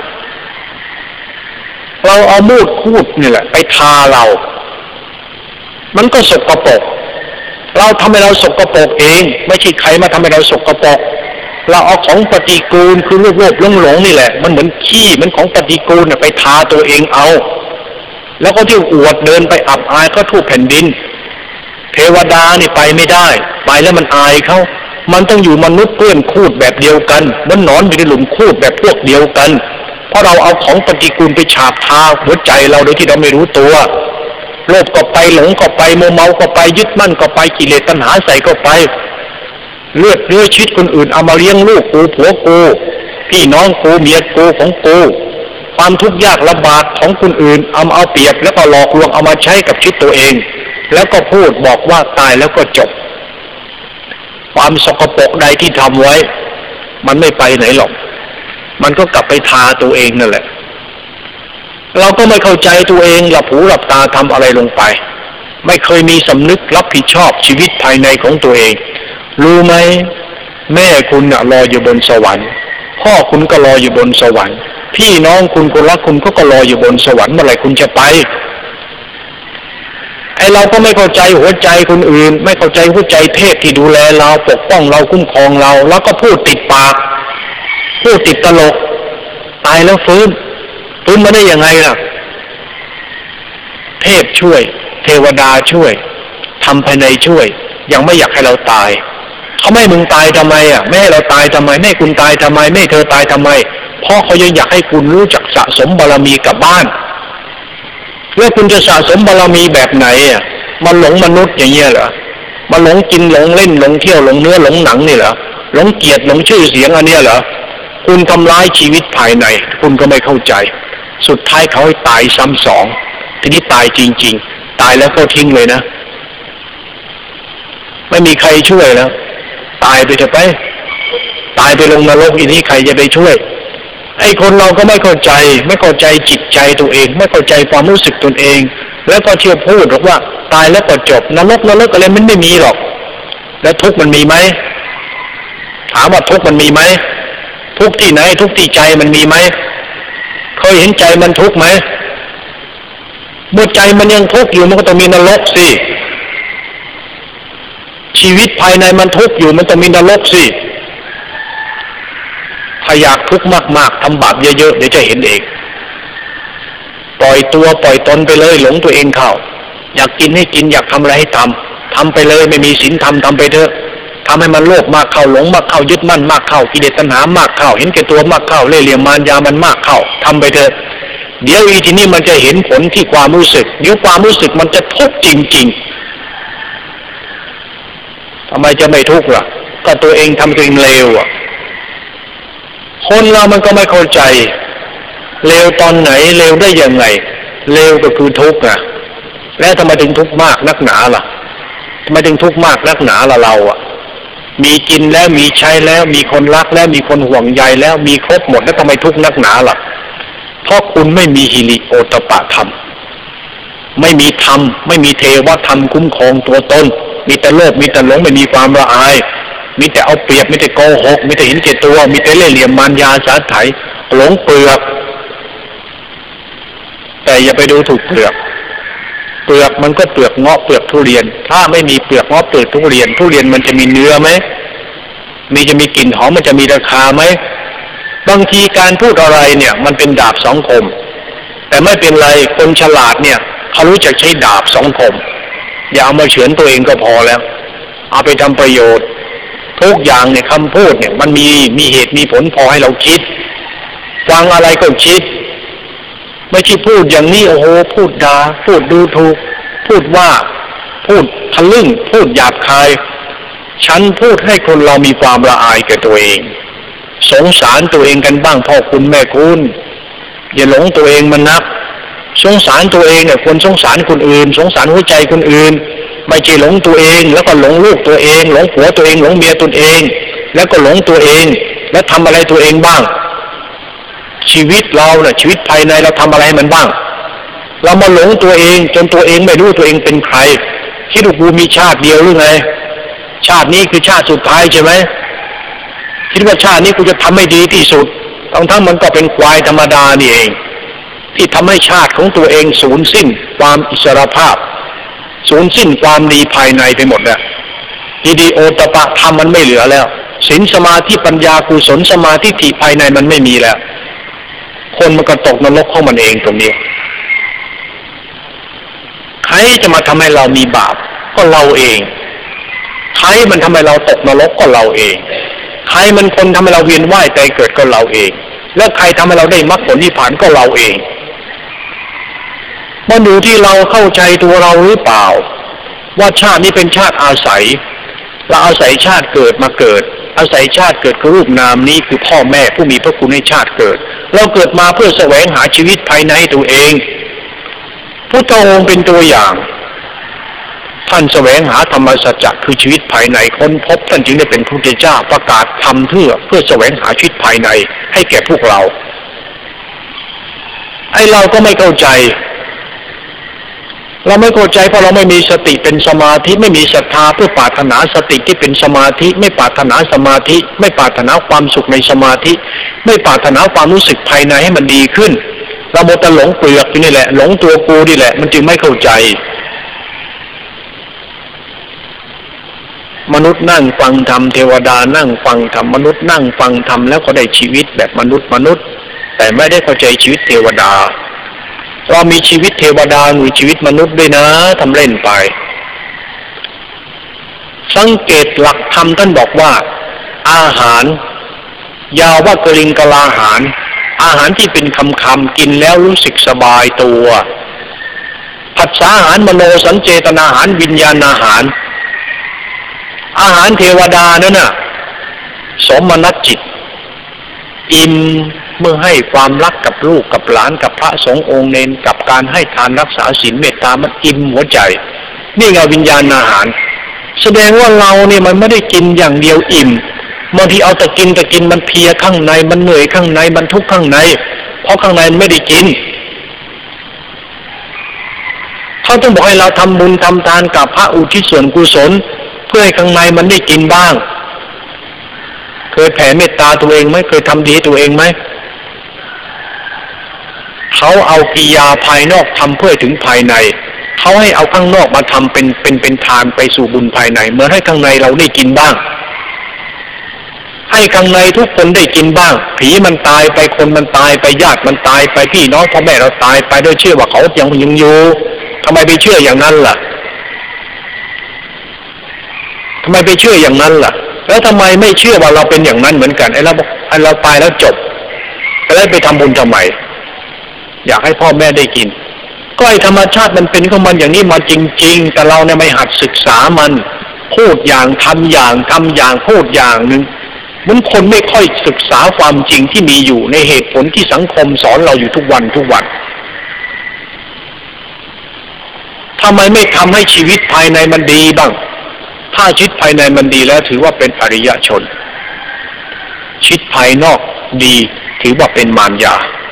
เราเอามูดคูดนี่แหละไปทาเรามันก็สกปรกเราทำให้เราสกปรกเองไม่ใช่ใครมาทำให้เราสกปรกเราเอาของปฏิกูลคือรูปโลภหลงๆนี่แหละมันเหมือนขี้มันของปฏิกูลไปทาตัวเองเอาแล้วก็ที่อวดเดินไปอับอายก็ทั่วแผ่นดินเทวดานี่ไปไม่ได้ไปแล้วมันอายเขามันต้องอยู่มนุษย์เปื้อนคูดแบบเดียวกันเหมือนหนอนอยู่ในหลุมคูดแบบพวกเดียวกันเพราะเราเอาของปฏิกูลไปฉาบทาหัวใจเราโดยที่เราไม่รู้ตัวโลภก็ไปหลงก็ไปโมเมาก็ไปยึดมั่นก็ไปกิเลสตัณหาใส่ก็ไปเลือดเนื้อชีวิตคนอื่นเอามาเลี้ยงลูกกูผัวกูพี่น้องกูเมียกูของกูความทุกข์ยากลำบากของคนอื่นเอามาเอาเปรียบแล้วก็หลอกลวงเอามาใช้กับชีวิตตัวเองแล้วก็พูดบอกว่าตายแล้วก็จบความสกปรกใดที่ทำไว้มันไม่ไปไหนหรอกมันก็กลับไปทาตัวเองนั่นแหละเราก็ไม่เข้าใจตัวเองหลับหูหลับตาทำอะไรลงไปไม่เคยมีสำนึกรับผิดชอบชีวิตภายในของตัวเองรู้ไหมแม่คุณน่ะรออยู่บนสวรรค์พ่อคุณก็รออยู่บนสวรรค์พี่น้องคุณคนรักคุณก็ก็รออยู่บนสวรรค์เมื่อไหร่คุณจะไปไอ้เราก็ไม่เข้าใจหัวใจคนอื่นไม่เข้าใจหัวใจเทพที่ดูแลเราปกป้องเราคุ้มครองเราแล้วก็พูดติดปากพูดติดตลกตายแล้วฟื้นฟื้นมาได้ยังไงล่ะเทพช่วยเทวดาช่วยทำภายในช่วยยังไม่อยากให้เราตายเขาไม่ให้มึงตายทำไมอ่ะไม่ให้เราตายทำไมไม่ให้คุณตายทำไมไม่ให้เธอตายทำไมเพราะเขายังอยากให้คุณรู้จักสะสมบารมีกลับบ้านแล้วคุณจะสะสมบารมีแบบไหนอ่ะมันหลงมนุษย์อย่างเงี้ยเหรอมันหลงกินหลงเล่นหลงเที่ยวหลงเนื้อหลงหนังนี่เหรอหลงเกียรติหลงชื่อเสียงอันเนี้ยเหรอคุณทำร้ายชีวิตภายในคุณก็ไม่เข้าใจสุดท้ายเขาให้ตายซ้ำสองทีนี้ตายจริงๆตายแล้วก็ทิ้งเลยนะไม่มีใครช่วยแล้วตายไปเถอะไปตายไปลงนรกอีนี้ใครจะไปช่วยไอ้คนเราก็ไม่เข้าใจไม่เข้าใจจิตใจตัวเองไม่เข้าใจความรู้สึกตนเองแล้วก็เชื่อพูดหรอกว่าตายแล้วก็จบนรกนรกอะไรมันไม่มีหรอกแล้วทุกข์มันมีไหมถามว่าทุกข์มันมีไหมทุกข์ที่ไหนทุกข์ที่ใจมันมีไหมเคยเห็นใจมันทุกข์ไหมเมื่อใจมันยังทุกข์อยู่มันก็ต้องมีนรกสิชีวิตภายในมันทุกข์อยู่มันต้องมีนรกสิถ้าอยากทุกข์มากๆทำบาปเยอะๆเดี๋ยวจะเห็นเองปล่อยตัวปล่อยตนไปเลยหลงตัวเองเข้าอยากกินให้กินอยากทำอะไรให้ทำทำไปเลยไม่มีศีลธรรมทำไปเถอะทำให้มันโลภมากเข้าหลงมากเข้ายึดมั่นมากเข้ากิเลสตัณหามากเข้าเห็นแก่ตัวมากเข้าเล่ห์เหลี่ยมมารยามันมากเข้าทำไปเถอะเดี๋ยวอีทีนี้มันจะเห็นผลที่ความรู้สึกเดี๋ยวความรู้สึกมันจะทุกข์จริงๆทำไมจะไม่ทุกข์ล่ะก็ตัวเองทำตัวเองเลวอ่ะคนเรามันก็ไม่เข้าใจเลวตอนไหนเลวได้ยังไงเลวก็คือทุกข์อ่ะแล้วทำไมถึงทุกข์มากนักหนาล่ะทำไมถึงทุกข์มากนักหนาล่ะเราอ่ะมีกินแล้วมีใช้แล้วมีคนรักแล้วมีคนห่วงใยแล้วมีครบหมดแล้วทำไมทุกข์นักหนาล่ะเพราะคุณไม่มีหิริโอตปะธรรมไม่มีธรรมไม่มีเทวธรรมคุ้มครองตัวตนมีแต่โลภมีแต่หลงไม่มีความละอายมีแต่เอาเปรียบมีแต่โกหกมีแต่เห็นแก่ตัวมีแต่เล่ห์เหลี่ยมมารยาสาไถหลงเปลือกแต่อย่าไปดูถูกเปลือกเปลือกมันก็เปลือกเงาะเปลือกทุเรียนถ้าไม่มีเปลือกเงาะเปลือกทุเรียนทุเรียนมันจะมีเนื้อไหมมีจะมีกลิ่นหอมมันจะมีราคาไหมบางทีการพูดอะไรเนี่ยมันเป็นดาบสองคมแต่ไม่เป็นไรคนฉลาดเนี่ยเขารู้จักใช้ดาบสองคมอย่าเอามาเฉือนตัวเองก็พอแล้วเอาไปทำประโยชน์ทุกอย่างเนี่ยคำพูดเนี่ยมันมีมีเหตุมีผลพอให้เราคิดฟังอะไรก็คิดไม่ใช่พูดอย่างนี้โอ้โหพูดด่าพูดดูถูกพูดว่าพูดทะลึ่งพูดหยาบคายฉันพูดให้คนเรามีความละอายแก่ตัวเองสงสารตัวเองกันบ้างพ่อคุณแม่คุณอย่าหลงตัวเองมันนักสงสารตัวเองเนี่ยควรสงสารคนอื่นสงสารหัวใจคนอื่นไม่ใช่หลงตัวเองแล้วก็หลงลูกตัวเองหลงผัวตัวเองหลงเมียตัวเองแล้วก็หลงตัวเองแล้วทำอะไรตัวเองบ้างชีวิตเราเนี่ยชีวิตภายในเราทำอะไรมันบ้างเรามาหลงตัวเองจนตัวเองไม่รู้ตัวเองเป็นใครคิดว่ากูมีชาติเดียวหรือไงชาตินี้คือชาติสุดท้ายใช่ไหมคิดว่าชาตินี้กูจะทำให้ดีที่สุดทั้งทั้งมันก็เป็นควายธรรมดานี่เองที่ทำให้ชาติของตัวเองสูญสิ้นความอิสรภาพสูญสิ้นความดีภายในไปหมดแล้วอิริโอตปะธรรมมันไม่เหลือแล้วศีลสมาธิปัญญากุศลสมาธิที่ภายในมันไม่มีแล้วคนมันก็ตกนรกของมันเองตรงนี้ใครจะมาทำให้เรามีบาปก็เราเองใครมันทำให้เราตกนรกก็เราเองใครมันคนทำให้เราเวียนว่ายตายเกิดก็เราเองแล้วใครทำให้เราได้มรรคผลนิพพานก็เราเองมันอยู่ที่เราเข้าใจตัวเราหรือเปล่าว่าชาตินี้เป็นชาติอาศัยเราอาศัยชาติเกิดมาเกิดอาศัยชาติเกิดคือรูปนามนี้คือพ่อแม่ผู้มีพระคุณให้ชาติเกิดเราเกิดมาเพื่อแสวงหาชีวิตภายในตัวเองพุทธองค์เป็นตัวอย่างท่านแสวงหาธรรมสัจจะคือชีวิตภายในค้นพบท่านจึงได้เป็นพระพุทธเจ้าประกาศธรรมเพื่อเพื่อแสวงหาชีวิตภายในให้แก่พวกเราไอ้เราก็ไม่เข้าใจเราไม่เข้าใจเพราะเราไม่มีสติเป็นสมาธิไม่มีศรัทธาเพื่อปรารถนาสติที่เป็นสมาธิไม่ปรารถนาสมาธิไม่ปรารถนาความสุขในสมาธิไม่ปรารถนาความรู้สึกภายในให้มันดีขึ้นเราโมแต่หลงเปลือกอยู่นี่แหละหลงตัวกูนี่แหละมันจึงไม่เข้าใจมนุษย์นั่งฟังธรรมเทวดานั่งฟังธรรมมนุษย์นั่งฟังธรรมแล้วก็ได้ชีวิตแบบมนุษย์มนุษย์แต่ไม่ได้เข้าใจชีวิตเทวดาเรามีชีวิตเทวดามีชีวิตมนุษย์ด้วยนะทำเล่นไปสังเกตหลักธรรมท่านบอกว่าอาหารยาวว่ากลิงกลาหารอาหารที่เป็นคำคำกินแล้วรู้สึกสบายตัวผัสสะอาหารมโนสัญเจตนาอาหารวิญญาณอาหารอาหารเทวดานั่นน่ะสมนัสจิตอิ่มเมื่อให้ความรักกับลูกกับหลานกับพระสงฆ์องค์เนนกับการให้ทานรักษาศีลเมตตามันอิ่มหัวใจนี่ไงวิญญาณอาหารแสดงว่าเราเนี่ยมันไม่ได้กินอย่างเดียวอิ่มบางทีเอาแต่กินแต่กินมันเพลียข้างในมันเหนื่อยข้างในมันทุกข์ข้างในเพราะข้างในมันไม่ได้กินเขาต้องบอกให้เราทำบุญทำทานกับพระอุทิศส่วนกุศลเพื่อให้ข้างในมันได้กินบ้างเคยแผ่เมตตาตัวเองไหมเคยทำดีตัวเองไหมเขาเอากิริยาภายนอกทำเพื่อถึงภายในเขาให้เอาข้างนอกมาทำเป็นเป็นเป็นทานไปสู่บุญภายในเหมือนให้ข้างในเราได้กินบ้างให้ข้างในทุกคนได้กินบ้างผีมันตายไปคนมันตายไปญาติมันตายไปพี่น้องพ่อแม่เราตายไปโดยเชื่อว่าเขายังยังอยู่ทำไมไปเชื่ออย่างนั้นล่ะทำไมไปเชื่ออย่างนั้นล่ะแล้วทำไมไม่เชื่อว่าเราเป็นอย่างนั้นเหมือนกันไอ้เราไอ้เราตายแล้วจบแล้วไปทำบุญทำไมอยากให้พ่อแม่ได้กินก็ไอ้ธรรมชาติมันเป็นของมันอย่างนี้มาจริงๆแต่เราเนี่ยไม่หัดศึกษามันพูดอย่างทำอย่างทำอย่างพูดอย่างนึงมันคนไม่ค่อยศึกษาความจริงที่มีอยู่ในเหตุผลที่สังคมสอนเราอยู่ทุกวันทุกวันทำไมไม่ทำให้ชีวิตภายในมันดีบ้างถ้าชีวิตภายในมันดีแล้วถือว่าเป็นอริยชนชีวิตภายนอกดีถือว่าเป็นมารยา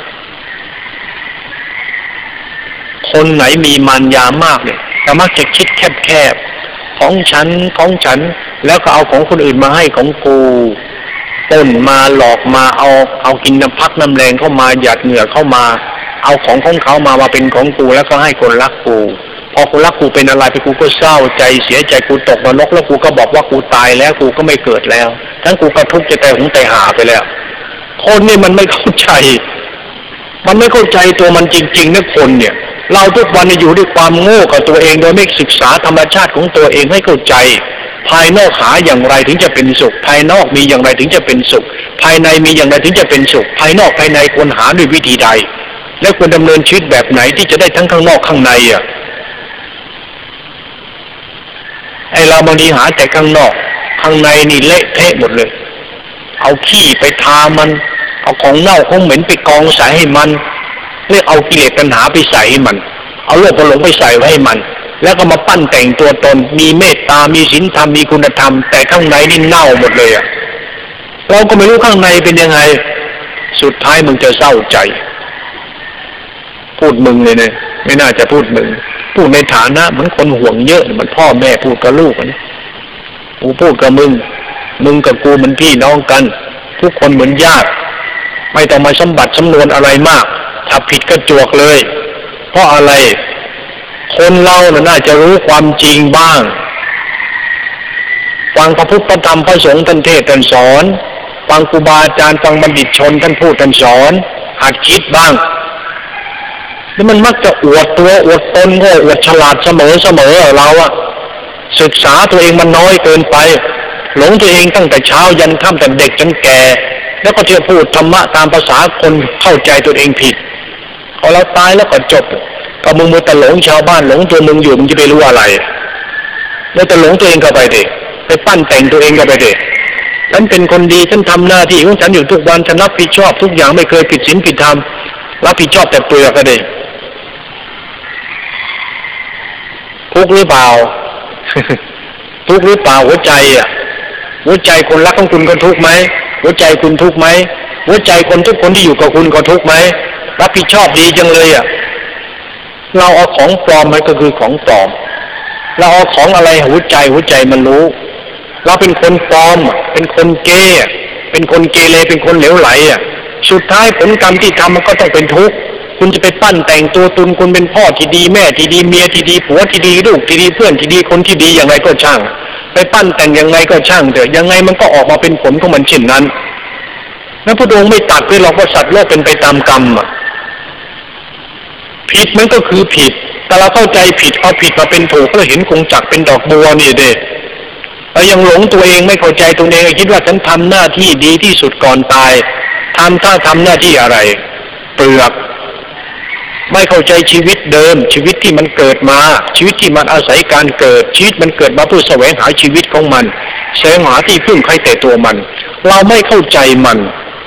คนไหนมีมารยามากเนี่ยก็มักจะคิดแคบๆของฉันของฉันแล้วก็เอาของคนอื่นมาให้ของกูต้นมาหลอกมาเอาเอากินน้ำพักน้ำแรงเข้ามาหยาดเหงื่อเข้ามาเอาของของเขามามาเป็นของกูแล้วก็ให้คนรักกูพอกูรักกูเป็นอะไรไปกูก็เศร้าใจเสียใจกูตกนรกแล้วกูก็บอกว่ากูตายแล้วกูก็ไม่เกิดแล้วทั้งกูก็ทุกข์จะตายหงตายหาไปแล้วคนนี่มันไม่เข้าใจมันไม่เข้าใจตัวมันจริงๆนะคนเนี่ยเราทุกวันอยู่ด้วยความโง่กับตัวเองโดยไม่ศึกษาธรรมชาติของตัวเองให้เข้าใจภายนอกหาอย่างไรถึงจะเป็นสุขภายนอกมีอย่างไรถึงจะเป็นสุขภายในมีอย่างไรถึงจะเป็นสุขภายนอกภายในควรหาด้วยวิธีใดและควรดำเนินชีวิตแบบไหนที่จะได้ทั้งข้างนอกข้างในอ่ะไอเราบางทีหาแต่ข้างนอกข้างในนี่เละเทะหมดเลยเอาขี้ไปทามันเอาของเน่าของเหม็นไปกองใส่ให้มันเรียกเอากิเลสตัณหาไปใส่ให้มันเอาโลภโกรธหลงไปใส่ไว้ให้มันแล้วก็มาปั้นแต่งตัวตนมีเมตตามีศีลธรรมมีคุณธรรมแต่ข้างในนี่เน่าหมดเลยอ่ะเราก็ไม่รู้ข้างในเป็นยังไงสุดท้ายมึงจะเศร้าใจพูดมึงเลยเนี่ยไม่น่าจะพูดมึงพูดในฐานะเหมือนคนห่วงเยอะเหมือนพ่อแม่พูดกับลูกนะกูพูดกับมึงมึงกับกูเหมือนพี่น้องกันทุกคนเหมือนญาติไม่ต้องมาสมบัติสำนวนอะไรมากถ้าผิดก็จวกเลยเพราะอะไรคนเราน่าจะรู้ความจริงบ้างฟังพระพุทธพระธรรมพระสงฆ์ท่านเทศน์ท่านสอนฟังครูบาอาจารย์ฟังบัณฑิตชนท่านพูดท่านสอนหัดคิดบ้างแล้วมันมักจะอวดตัวอวดตนก็อวดฉลาดเสมอเสมอเราอะศึกษาตัวเองมันน้อยเกินไปหลงตัวเองตั้งแต่เช้ายันค่ำแต่เด็กจนแก่แล้วก็จะพูดธรรมะตามภาษาคนเข้าใจตัวเองผิดพอเราตายแล้วก็จบก็มึงมัวแต่หลงชาวบ้านหลงตัวมึงอยู่มึงจะไปรู้อะไรแล้วแต่หลงตัวเองเข้าไปดิไปปั้นแต่งตัวเองเข้าไปดิฉันเป็นคนดีฉันทำหน้าที่ของฉันอยู่ทุกวันฉันรับผิดชอบทุกอย่างไม่เคยผิดศีลผิดธรรมรับผิดชอบแต่เปลือกก็ดิทุกข์หรือเปล่า ทุกข์หรือเปล่าหัวใจอ่ะหัวใจคนรักของคุณก็ทุกข์ไหมหัวใจคุณทุกข์ไหมหัวใจคนทุกคนที่อยู่กับคุณก็ทุกข์ไหมรับผิดชอบดีจังเลยอ่ะเราเอาของปลอมมันก็คือของปลอมเราเอาของอะไรหัวใจหัวใจมันรู้เราเป็นคนปลอมเป็นคนเก้เป็นคนเกเรเป็นคนเหลวไหลอ่ะสุดท้ายผลกรรมที่ทำมันก็ต้องเป็นทุกข์คุณจะไปปั้นแต่งตัวตนคุณเป็นพ่อที่ดีแม่ที่ดีเมียที่ดีผัวที่ดีลูกที่ดีเพื่อนที่ดีคนที่ดีอย่างไรก็ช่างไปปั้นแต่งยังไงก็ช่างเถอะยังไงมันก็ออกมาเป็นผลของมันเช่นนั้นแล้วพระองค์ไม่ตัดไปหรอกว่าสัตว์โลกเป็นไปตามกรรมอ่ะผิดมันก็คือผิดแต่เราเข้าใจผิดเอาผิดมาเป็นถูกก็เห็นกงจักรเป็นดอกบัวนี่เด้เรายังหลงตัวเองไม่เข้าใจตัวเองคิดว่าฉันทำหน้าที่ดีที่สุดก่อนตายทำถ้าทำหน้าที่อะไรเปลือกไม่เข้าใจชีวิตเดิมชีวิตที่มันเกิดมาชีวิตที่มันอาศัยการเกิดชีวิตมันเกิดมาเพื่อแสวงหาชีวิตของมันแสวงหาที่พึ่งใครแต่ตัวมันเราไม่เข้าใจมัน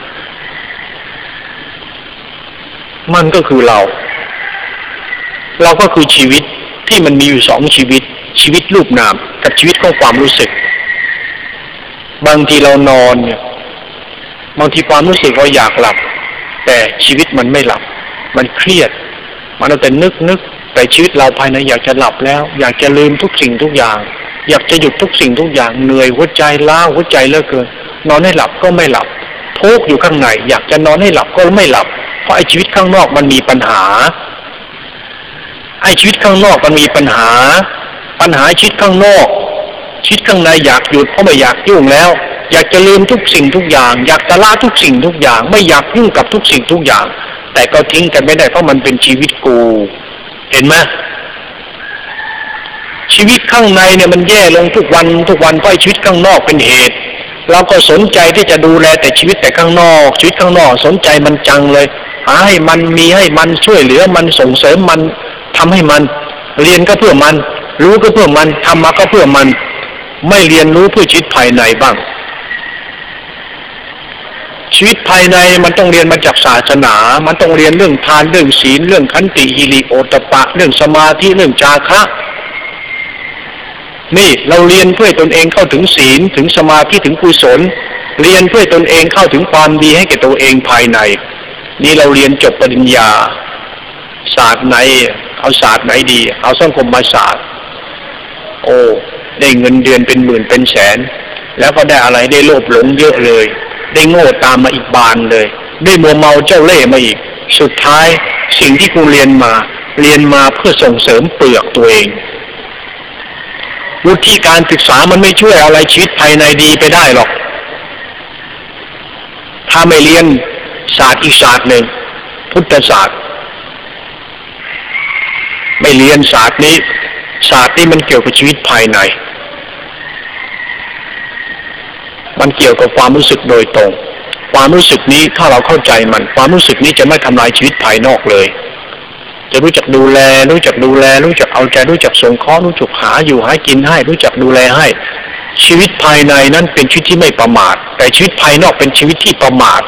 มันก็คือเราเราก็คือชีวิตที่มันมีอยู่สองชีวิตชีวิตรูปนามกับชีวิตของความรู้สึกบางทีเรานอนเนี่ยบางทีความรู้สึกเราอยากหลับแต่ชีวิตมันไม่หลับมันเครียดมันเอาแต่นึกนึกแต่ชีวิตเราภายในอยากจะหลับแล้วอยากจะลืมทุกสิ่งทุกอย่างอยากจะหยุดทุกสิ่งทุกอย่างเหนื่อยหัวใจล้าหัวใจเหลือเกินนอนให้หลับก็ไม่หลับทุกข์อยู่ข้างในอยากจะนอนให้หลับก็ไม่หลับเพราะไอ้ชีวิตข้างนอกมันมีปัญหาไอ้ชีวิตข้างนอกมันมีปัญหาปัญหาชีวิตข้างนอกชีวิตข้างในอยากหยุดเพราะไม่อยากยุ่งแล้วอยากจะลืมทุกสิ่งทุกอย่างอยากจะละทุกสิ่งทุกอย่างไม่อยากยุ่งกับทุกสิ่งทุกอย่างแต่ก็ทิ้งกันไม่ได้เพราะมันเป็นชีวิตกูเห็นไหมชีวิตข้างในเนี่ยมันแย่ลงทุกวันทุกวันเพราะชีวิตข้างนอกเป็นเหตุเราก็สนใจที่จะดูแลแต่ชีวิตแต่ข้างนอกชีวิตข้างนอกสนใจมันจังเลยหาให้มันมีให้มันช่วยเหลือมันส่งเสริมมันทำให้มันเรียนก็เพื่อมันรู้ก็เพื่อมันทำมาก็เพื่อมันไม่เรียนรู้เพื่อชีวิตภายในบ้างชีวิตภายในมันต้องเรียนมาจากศาสนามันต้องเรียนเรื่องทานเรื่องศีลเรื่องขันติหิริโอตปะเรื่องสมาธิเรื่องจาคะนี่เราเรียนเพื่อตนเองเข้าถึงศีลถึงสมาธิถึงกุศลเรียนเพื่อตนเองเข้าถึงความดีให้แก่ตัวเองภายในนี่เราเรียนจบปริญญาศาสตร์ไหนเอาศาสตร์ไหนดีเอาสังคมศาสตร์โอ้ได้เงินเดือนเป็นหมื่นเป็นแสนแล้วก็ได้อะไรได้โลภหลงเยอะเลยได้โง่ตามมาอีกบานเลยได้มัวเมาเจ้าเล่ห์มาอีกสุดท้ายสิ่งที่กูเรียนมาเรียนมาเพื่อส่งเสริมเปลือกตัวเองวุฒิการศึกษามันไม่ช่วยอะไรชีวิตภายในดีไปได้หรอกถ้าไม่เรียนศาสตร์อีกศาสตร์หนึ่งพุทธศาสตร์ไม่เรียนศาสตร์นี้ศาสตร์นี้มันเกี่ยวกับชีวิตภายในมันเกี่ยวกับความรู้สึกโดยตรงความรู้สึกนี้ถ้าเราเข้าใจมันความรู้สึกนี้จะไม่ทำลายชีวิตภายนอกเลยจะรู้จักดูแลรู้จักดูแลรู้จักเอาใจรู้จักสงเคราะห์รู้จักหาอยู่หากินให้รู้จักดูแลให้ชีวิตภายในนั้นเป็นชีวิตที่ไม่ประมาทแต่ชีวิตภายนอกเป็นชีวิตที่ประมาท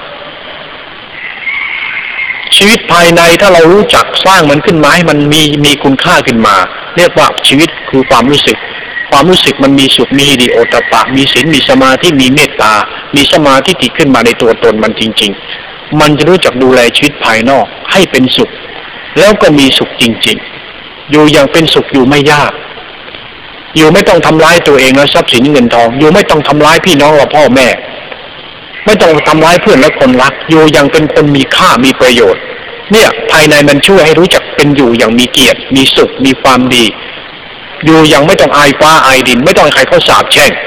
ชีวิตภายในถ้าเรารู้จักสร้างมันขึ้นมาให้มันมีมีคุณค่าขึ้นมาเรียกว่าชีวิตคือความรู้สึกความรู้สึกมันมีสุขมีหิริโอตปะมีศีลมีสมาธิมีเมตตามีสมาธิติขึ้นมาในตัวตนมันจริงๆมันจะรู้จักดูแลชีวิตภายนอกให้เป็นสุขแล้วก็มีสุขจริงๆอยู่อย่างเป็นสุขอยู่ไม่ยากอยู่ไม่ต้องทำร้ายตัวเองและทรัพย์สินเงินทองอยู่ไม่ต้องทำร้ายพี่น้องและพ่อแม่ไม่ต้องทำร้ายเพื่อนและคนรักอยู่อย่างเป็นคนมีค่ามีประโยชน์เนี่ยภายในมันช่วยให้รู้จักเป็นอยู่อย่างมีเกียรติมีสุขมีความดีอยู่อย่างไม่ต้องอายฟ้าอายดินไม่ต้องใครเขาสาปแช่ง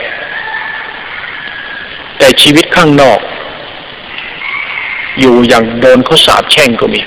แต่ชีวิตข้างนอกอยู่อย่างโดนเขาสาปแช่งก็มี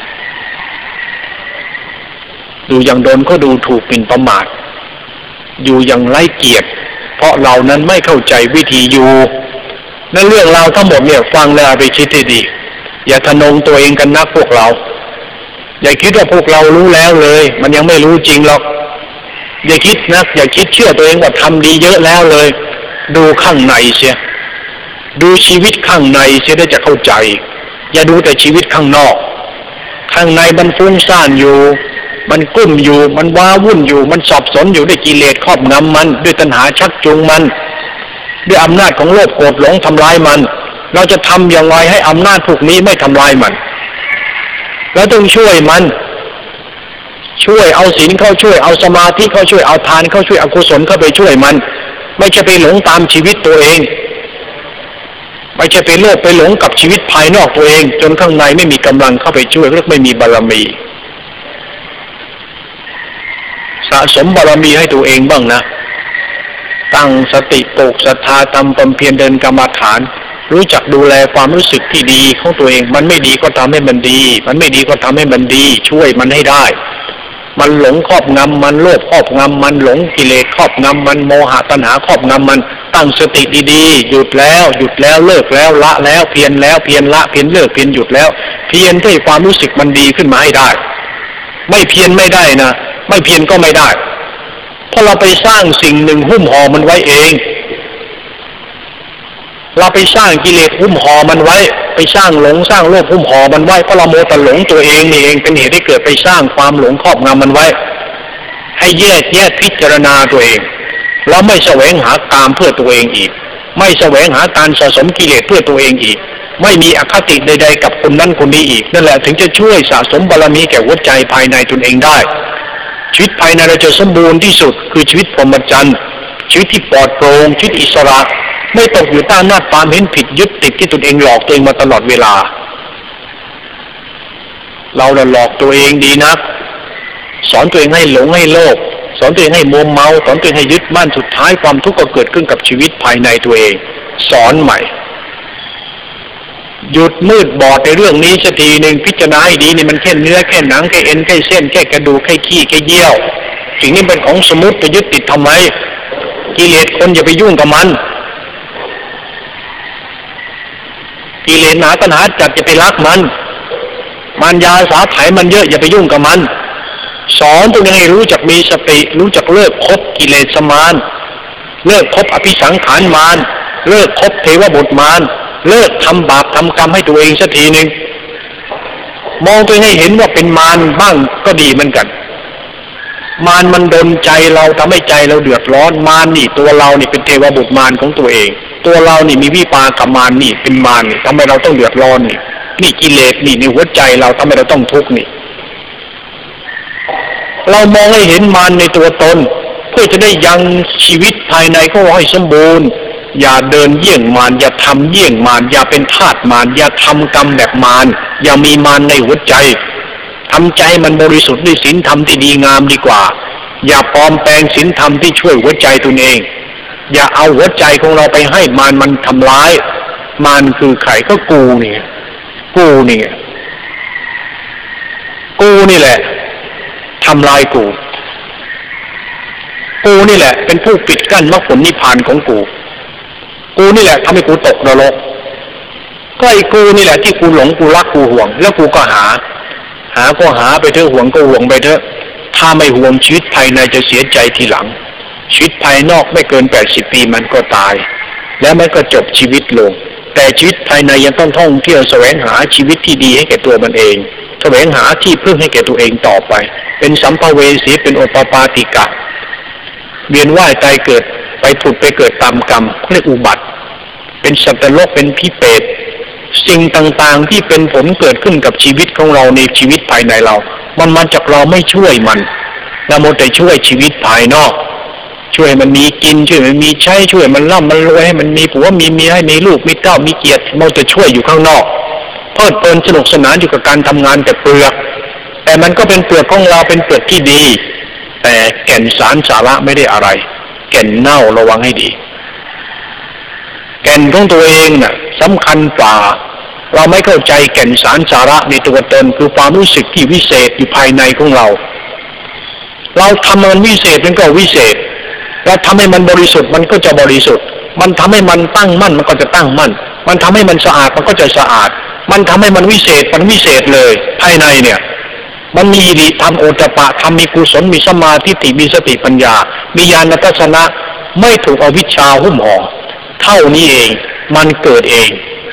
อยู่อย่างโดนเขาดูถูกหมิ่นประมาทอยู่อย่างไร้เกียรติเพราะเรานั้นไม่เข้าใจวิธีอยู่นั่นเรื่องราวทั้งหมดเนี่ยฟังแล้วไปคิดให้ดีอย่าทะนงตัวเองกันนักพวกเราอย่าคิดว่าพวกเรารู้แล้วเลยมันยังไม่รู้จริงหรอกอย่าคิดนะอย่าคิดเชื่อตัวเองว่าทำดีเยอะแล้วเลยดูข้างในเสียดูชีวิตข้างในเสียได้จะเข้าใจอย่าดูแต่ชีวิตข้างนอกข้างในมันฟุ้งซ่านอยู่มันกุ้มอยู่มันว้าวุ่นอยู่มันสับสนอยู่ด้วยกิเลสครอบงำมันด้วยตัณหาชักจูงมันด้วยอำนาจของโลภโกรธหลงทำลายมันเราจะทำอย่างไรให้อำนาจพวกนี้ไม่ทำลายมันเราต้องช่วยมันช่วยเอาศีลเข้าช่วยเอาสมาธิเข้าช่วยเอาทานเข้าช่วยอกุศลเข้าไปช่วยมันไม่ใช่ไปหลงตามชีวิตตัวเองไม่ใช่ไปโลภไปหลงกับชีวิตภายนอกตัวเองจนข้างในไม่มีกำลังเข้าไปช่วยหรือไม่มีบารมีสะสมบารมีให้ตัวเองบ้างนะตั้งสติปลูกศรัทธาทำความเพียรเดินกรรมฐานรู้จักดูแลความรู้สึกที่ดีของตัวเองมันไม่ดีก็ทำให้มันดีมันไม่ดีก็ทำให้มันดีช่วยมันให้ได้มันหลงครอบงำมันโลภครอบงำมันหลงกิเลสครอบงำมันโมหะตัณหาครอบงำมันตั้งสติดีๆหยุดแล้วหยุดแล้วเลิกแล้วละแล้วเพียรแล้วเพียรละเพียรเลิกเพียรหยุดแล้วเพียรให้ความรู้สึกมันดีขึ้นมาให้ได้ไม่เพียรไม่ได้นะไม่เพียรก็ไม่ได้เพราะเราไปสร้างสิ่งหนึ่งหุ้มห่อมันไว้เองเราไปสร้างกิเลสหุ้มห่อมันไว้ไปสร้างหลงสร้างโลภหุ้มห่อมันไว้เพราะเราโมแต่หลงตัวเองนี่เองเป็นเหตุให้เกิดไปสร้างความหลงครอบงำมันไว้ให้แยกแยกพิจารณาตัวเองเราไม่แสวงหากามเพื่อตัวเองอีกไม่แสวงหาการสะสมกิเลสเพื่อตัวเองอีกไม่มีอคติใดๆกับคนนั้นคนนี้อีกนั่นแหละถึงจะช่วยสะสมบารมีแก่หัวใจภายในตนเองได้ชีวิตภายในเราจะสมบูรณ์ที่สุดคือชีวิตพรหมจรรย์ชีวิตที่ปลอดโปร่งชีวิตอิสระไม่ตกอยู่ใต้อำนาจความเห็นผิดยึดติดที่ตนเองหลอกตัวเองมาตลอดเวลาเราหลอกตัวเองดีนักสอนตัวเองให้หลงให้โลภสอนตัวเองให้มัวเมาสอนตัวเองให้ยึดมั่นสุดท้ายความทุกข์ก็เกิดขึ้นกับชีวิตภายในตัวเองสอนใหม่หยุดมืดบอดในเรื่องนี้สักทีหนึ่งพิจารณาให้ดีนี่มันแค่เนื้อแค่หนังแค่เอ็นแค่เส้นแค่กระดูกแค่ขี้แค่เยี่ยวสิ่งนี้เป็นของสมมุติไปยึดติดทำไมกิเลสคนอย่าไปยุ่งกับมันกิเลสหนาตัณหาจัดอย่าไปรักมันมารยาสาไถมันเยอะอย่าไปยุ่งกับมันสอนตัวเองให้รู้จักมีสติรู้จักเลิกคบกิเลสมารเลิกคบอภิสังขารมารเลิกคบเทวบุตรมารเลิกทำบาปทำกรรมให้ตัวเองสักทีหนึ่งมองตัวเองให้เห็นว่าเป็นมารบ้างก็ดีเหมือนกันมารมันดลใจเราทำให้ใจเราเดือดร้อนมารนี่ตัวเรานี่เป็นเทวบุตรมารของตัวเองตัวเรานี่มีวิปากกับมารนี่เป็นมารนี่ทำไมเราต้องเดือดร้อนนี่นี่กิเลสนี่ในหัวใจเราทำไมเราต้องทุกข์นี่เรามองให้เห็นมารในตัวตนเพื่อจะได้ยังชีวิตภายในของเราให้สมบูรณ์อย่าเดินเยี่ยงมารอย่าทำเยี่ยงมารอย่าเป็นทาสมารอย่าทำกรรมแบบมารอย่ามีมารในหัวใจทำใจมันบริสุทธิ์ด้วยศีลธรรมที่ดีงามดีกว่าอย่าปลอมแปลงศีลธรรมที่ช่วยหัวใจตนเองอย่าเอาหัวใจของเราไปให้มารมันทำร้ายมารคือใครก็กูนี่กูนี่กูนี่แหละทำลายกูกูนี่แหละเป็นผู้ปิดกั้นมรรคผลนิพพานของกูกูนี่แหละทำให้กูตกนรกก็ไอ้กูนี่แหละที่กูหลงกูรักกูห่วงแล้วกูก็หาหาก็หาไปเถอะห่วงก็ห่วงไปเถอะถ้าไม่ห่วงชีวิตภายในจะเสียใจทีหลังชีวิตภายนอกไม่เกินแปดสิบปีมันก็ตายแล้วมันก็จบชีวิตลงแต่ชีวิตภายในยังต้องท่องเที่ยวแสวงหาชีวิตที่ดีให้แก่ตัวมันเองแสวงหาที่พึ่งให้แก่ตัวเองต่อไปเป็นสัมภเวสีเป็นโอปปาติกะเวียนว่ายตายเกิดไปผุดไปเกิดตามกรรมเรียกอุบัติเป็นสัตว์โลกเป็นผีเปรตสิ่งต่างๆที่เป็นผลเกิดขึ้นกับชีวิตของเราในชีวิตภายในเรามันมาจากเราไม่ช่วยมันเราโมแต่ช่วยชีวิตภายนอกช่วยมันมีกินช่วยมันมีใช้ช่วยมันร่ำมันรวยให้มันมีผัวมีเมียให้มีลูกมีเต้ามีเกียรติโมแต่ช่วยอยู่ข้างนอกเพลิดเพลินสนุกสนานอยู่กับการทำงานแต่เปลือกแต่มันก็เป็นเปลือกของเราเป็นเปลือกที่ดีแต่แก่นสารสาระไม่ได้อะไรแก่นเน่าระวังให้ดีแก่นของตัวเองน่ะสำคัญกว่าเราไม่เข้าใจแก่นสารสาระในตัวตนคือความรู้สึกที่วิเศษอยู่ภายในของเราเราทำมันวิเศษมันก็วิเศษเราทำให้มันบริสุทธิ์มันก็จะบริสุทธิ์มันทำให้มันตั้งมั่นมันก็จะตั้งมั่นมันทำให้มันสะอาดมันก็จะสะอาดมันทำให้มันวิเศษมันวิเศษเลยภายในเนี่ยมันมีดีทำโอตปะทำมีกุศลมีสมาธิมีสติปัญญามีญาณทัศนะไม่ถูกอวิชชาหุ้มห่อเท่านี้เองมันเกิดเอง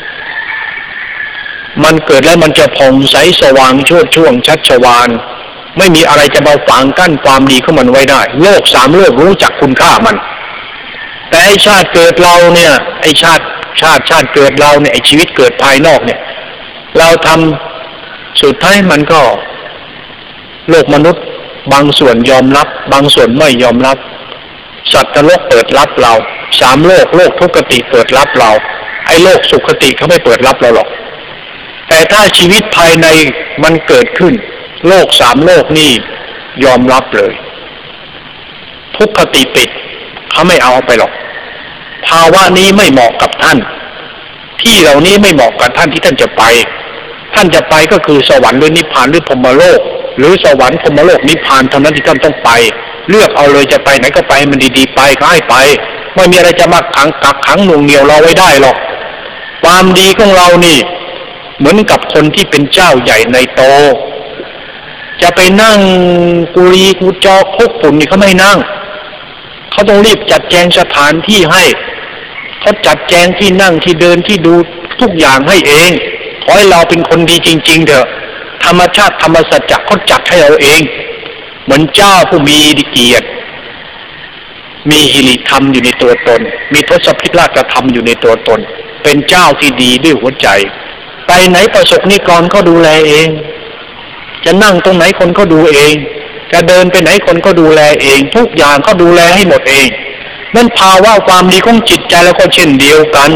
มันเกิดแล้วมันจะผ่องใสสว่างโชติช่วงชัชวาลไม่มีอะไรจะมาฝังกั้นความดีของมันไว้ได้โลกสามโลกรู้จักคุณค่ามันแต่ไอชาติเกิดเราเนี่ยไอชาติชาติชาติเกิดเราเนี่ยไอชีวิตเกิดภายนอกเนี่ยเราทำสุดท้ายมันก็โลกมนุษย์บางส่วนยอมรับบางส่วนไม่ยอมรับสัตว์โลกเปิดรับเราสามโลกโลกทุกขติเปิดรับเราไอ้โลกสุขติเขาไม่เปิดรับเราหรอกแต่ถ้าชีวิตภายในมันเกิดขึ้นโลกสามโลกนี่ยอมรับเลยทุกขติปิดเขเขาไม่เอาไปหรอกภาวะนี้ไม่เหมาะกับท่านที่เหล่านี้ไม่เหมาะกับท่านที่ท่านจะไปท่านจะไปก็คือสวรรค์หรือนิพพานหรือพรหมโลกหรือสวรรค์พรหมโลกนิพพานเท่านั้นที่ท่านต้องไปเลือกเอาเลยจะไปไหนก็ไปมันดีๆไปก็ให้ไปไม่มีอะไรจะมาขังกักขังหน่วงเหนี่ยวเราไว้ได้หรอกความดีของเรานี่เหมือนกับคนที่เป็นเจ้าใหญ่ในโตจะไปนั่งกุลีกุจอคุกฝุ่นนี่เขาไม่นั่งเขาต้องรีบจัดแจงสถานที่ให้เขาจัดแจงที่นั่งที่เดินที่ดูทุกอย่างให้เองขอให้เราเป็นคนดีจริงๆเถอะธรรมชาติธรรมสัจจะเขาจัดให้เราเองเหมือนเจ้าผู้มีเกียรติมีหิริธรรมอยู่ในตัวตนมีทศพิราชธรรมอยู่ในตัวตนเป็นเจ้าที่ดีด้วยหัวใจไปไหนประสบนิกรเขาดูแลเองจะนั่งตรงไหนคนก็ดูเองจะเดินไปไหนคนก็ดูแลเองทุกอย่างก็ดูแลให้หมดเองนั่นภาวะความดีของจิตใจแล้วก็เช่นเดียวกัน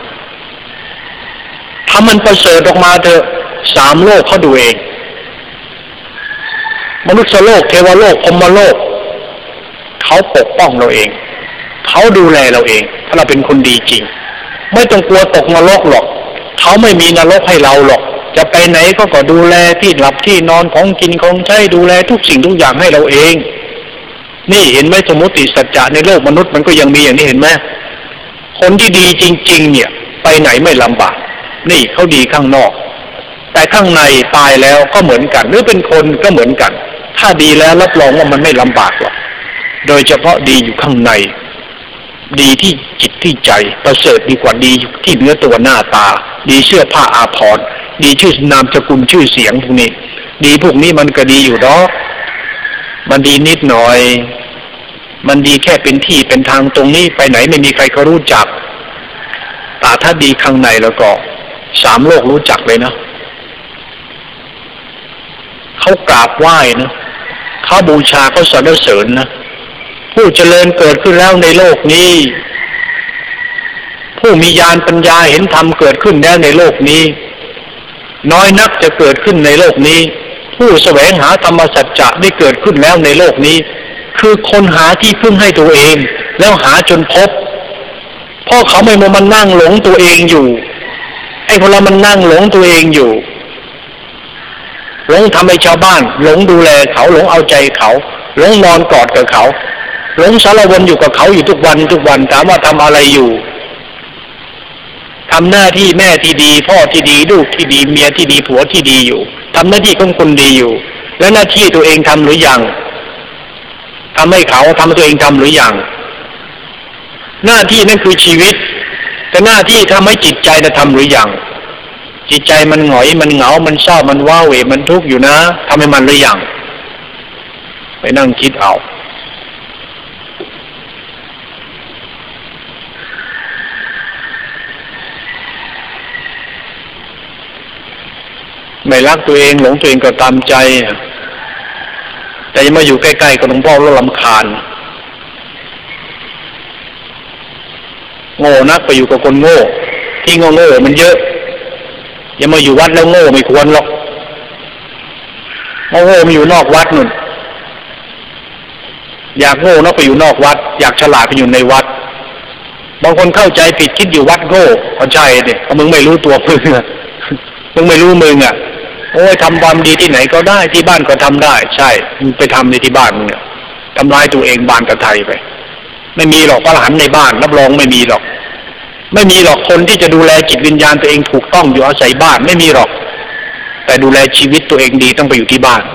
ถ้ามันประเสริฐออกมาเถอะสามโลกเขาดูเองมนุษย์โลกเทวโลกพรหมโลกเขาปกป้องเราเองเขาดูแลเราเองถ้าเราเป็นคนดีจริงไม่ต้องกลัวตกนรกหรอกเขาไม่มีนรกให้เราหรอกจะไปไหนก็ก็ดูแลที่หลับที่นอนของกินของใช้ดูแลทุกสิ่งทุกอย่างให้เราเองนี่เห็นไหมสมมติสัจจะในโลกมนุษย์มันก็ยังมีอย่างนี้เห็นไหมคนที่ดีจริงๆเนี่ยไปไหนไม่ลำบากนี่เขาดีข้างนอกแต่ข้างในตายแล้วก็เหมือนกันหรือเป็นคนก็เหมือนกันถ้าดีแล้วรับรองว่ามันไม่ลำบากหรอกโดยเฉพาะดีอยู่ข้างในดีที่จิตที่ใจประเสริฐดีกว่าดีที่เนื้อตัวหน้าตาดีเสื้อผ้าอาภรณ์ดีชื่อนามสกุลชื่อเสียงพวกนี้ดีพวกนี้มันก็ดีอยู่เนาะมันดีนิดหน่อยมันดีแค่เป็นที่เป็นทางตรงนี้ไปไหนไม่มีใครเขารู้จักแต่ถ้าดีข้างในแล้วก็สามโลกรู้จักเลยนะเขากราบไหว้นะเขาบูชาเขาสรรเสริญนะผู้เจริญเกิดขึ้นแล้วในโลกนี้ผู้มีญาณปัญญาเห็นธรรมเกิดขึ้นแล้วในโลกนี้น้อยนักจะเกิดขึ้นในโลกนี้ผู้แสวงหาธรรมสัจจะได้เกิดขึ้นแล้วในโลกนี้คือคนหาที่พึ่งให้ตัวเองแล้วหาจนพบเพราะเขาไม่มามันนั่งหลงตัวเองอยู่ไอ้คนเรามันนั่งหลงตัวเองอยู่หลงทำให้ชาวบ้านหลงดูแลเขาหลงเอาใจเขาหลงนอนกอดกับเขาหลงสารวนอยู่กับเขาอยู่ทุกวันทุกวันถามว่าทำอะไรอยู่ทำหน้าที่แม่ที่ดีพ่อที่ดีลูกที่ดีเมียที่ดีผัวที่ดีอยู่ทำหน้าที่ของคนดีอยู่แล้วหน้าที่ตัวเองทำหรือยังทำให้เขาทำให้ตัวเองทำหรือยังหน้าที่นั่นคือชีวิตแต่หน้าที่ทำให้จิตใจจะทำหรือยังจิตใจมันหงอยมันเหงามันเศร้ามันว้าเหวมันทุกข์อยู่นะทำให้มันหรือยังไปนั่งคิดเอาไม่รักตัวเองหลงตัวเองก็ตามใจแต่ยังมาอยู่ใกล้ๆกับหลวงพ่อแล้วรำคาญโง่นักไปอยู่กับคนโง่ที่โง่โง่มันเยอะอย่ามาอยู่วัดแล้วโง่ไม่ควรหรอกโง่โง่มาอยู่นอกวัดนู่นอยากโง่นักไปอยู่นอกวัดอยากฉลาดไปอยู่ในวัดบางคนเข้าใจผิดคิดอยู่วัดโง่ก็ใช่เนี่ยมึงไม่รู้ตัวมึงมึงไม่รู้มึงอ่ะโอ้ยทำความดีที่ไหนก็ได้ที่บ้านก็ทำได้ใช่มึงไปทำในที่บ้านมึงเนี่ยทำร้ายตัวเองบานกระไทยไปไม่มีหรอกพระอรหันต์ในบ้านรับรองไม่มีหรอกไม่มีหรอกคนที่จะดูแลจิตวิญญาณตัวเองถูกต้องอยู่อาศัยบ้านไม่มีหรอกแต่ดูแลชีวิตตัวเองดีต้องไปอยู่ที่บ้าน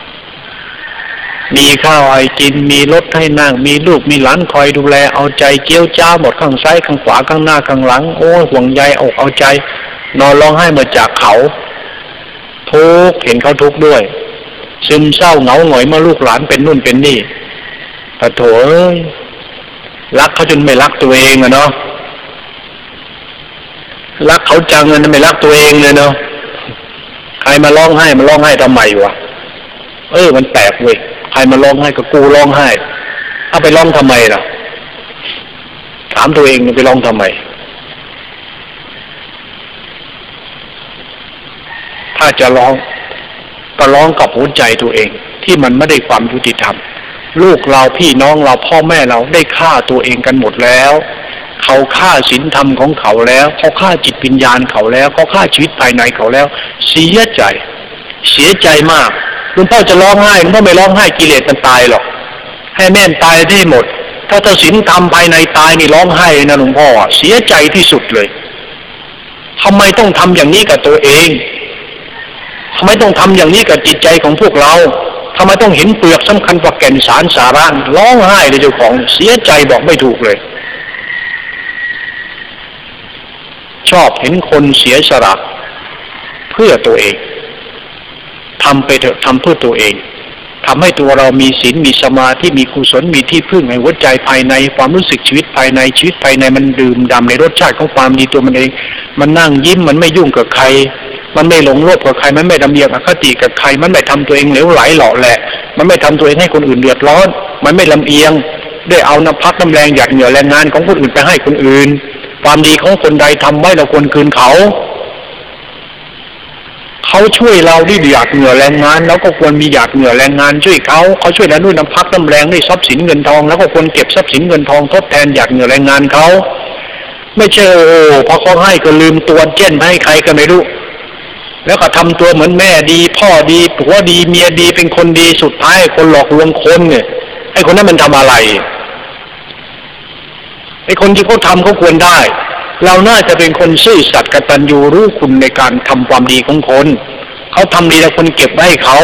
มีข้าวให้กินมีรถให้นั่งมีลูกมีหลานคอยดูแลเอาใจเกี้ยวจ้าหมดข้างซ้ายข้างขวาข้างหน้าข้างหลังโอ้ห่วงใยอกเอาใจนอนร้องไห้มาจากเขาทุกข์เห็นเขาทุกข์ด้วยซึมเศร้าเหงาหงอยเมื่อลูกหลานเป็นนู่นเป็นนี่ปะโถเอ้ยรักเขาจนไม่รักตัวเองอะเนาะรักเขาจังเลยไม่รักตัวเองเลยเนาะใครมาร้องไห้มาร้องไห้ทำไมวะเออมันแปลกเว้ยใครมาร้องไห้ก็กูร้องไห้เอาไปร้องทำไมล่ะถามตัวเองไปร้องทำไมถ้าจะร้องก็ร้องกับหัวใจตัวเองที่มันไม่ได้ความยุติธรรมลูกเราพี่น้องเราพ่อแม่เราได้ฆ่าตัวเองกันหมดแล้วเขาฆ่าศีลธรรมของเขาแล้วเขาฆ่าจิตวิญญาณเขาแล้วเขาฆ่าชีวิตภายในเขาแล้วเสียใจเสียใจมากหลวงพ่อจะร้องไห้หลวงพ่อไม่ร้องไห้กิเลสมันตายหรอกให้แม่นตายได้หมดถ้าถ้าศีลธรรมภายในตายนี่ร้องไห้นะหลวงพ่อเสียใจที่สุดเลยทำไมต้องทำอย่างนี้กับตัวเองทำไมต้องทำอย่างนี้กับจิตใจของพวกเราทำไมต้องเห็นเปลือกสำคัญกว่าแก่นสารสาระร้องไห้เลยเจ้าของเสียใจบอกไม่ถูกเลยชอบเห็นคนเสียสละเพื่อตัวเองทำไปเถอะทำเพื่อตัวเองทำให้ตัวเรามีศีลมีสมาธิมีกุศลมีที่พึ่งในหัวใจภายในความรู้สึกชีวิตภายในชีวิตภายในมันดื่มด่ำในรสชาติของความดีตัวมันเองมันนั่งยิ้มมันไม่ยุ่งกับใครมันไม่หลงโลภกับใครมันไม่ดำเนียกอคติกับใครมันไม่ทำตัวเองเหลวไหลหล่อแหละมันไม่ทำตัวเองให้คนอื่นเดือดร้อนมันไม่ลำเอียงได้เอาน้ำพักน้ำแรงหยาดเหงื่อแรงงานของคนอื่นไปให้คนอื่นความดีของคนใดทำไว้เราควรคืนเขาเขาช่วยเราด้วยหยาดเหงื่อแรงงานแล้วก็ควรมีหยาดเหงื่อแรงงานช่วยเขาเขาช่วยเราด้วยน้ำพักน้ำแรงด้วยทรัพย์สินเงินทองแล้วก็ควรเก็บทรัพย์สินเงินทองทดแทนหยาดเหงื่อแรงงานเขาไม่ใช่โอ้พอเขาให้ก็ลืมตัวเจ้นให้ใครก็ไม่รู้แล้วก็ทำตัวเหมือนแม่ดีพ่อดีผัวดีเมียดีเป็นคนดีสุดท้ายคนหลอกลวงคนเนี่ยไอ้คนนั้นมันทำอะไรไอ้คนที่เขาทำเขาควรได้เราน่าจะเป็นคนซื่อสัตย์กตัญญูรู้คุณในการทำความดีของคนเขาทำดีแล้วคนเก็บไว้ให้เขา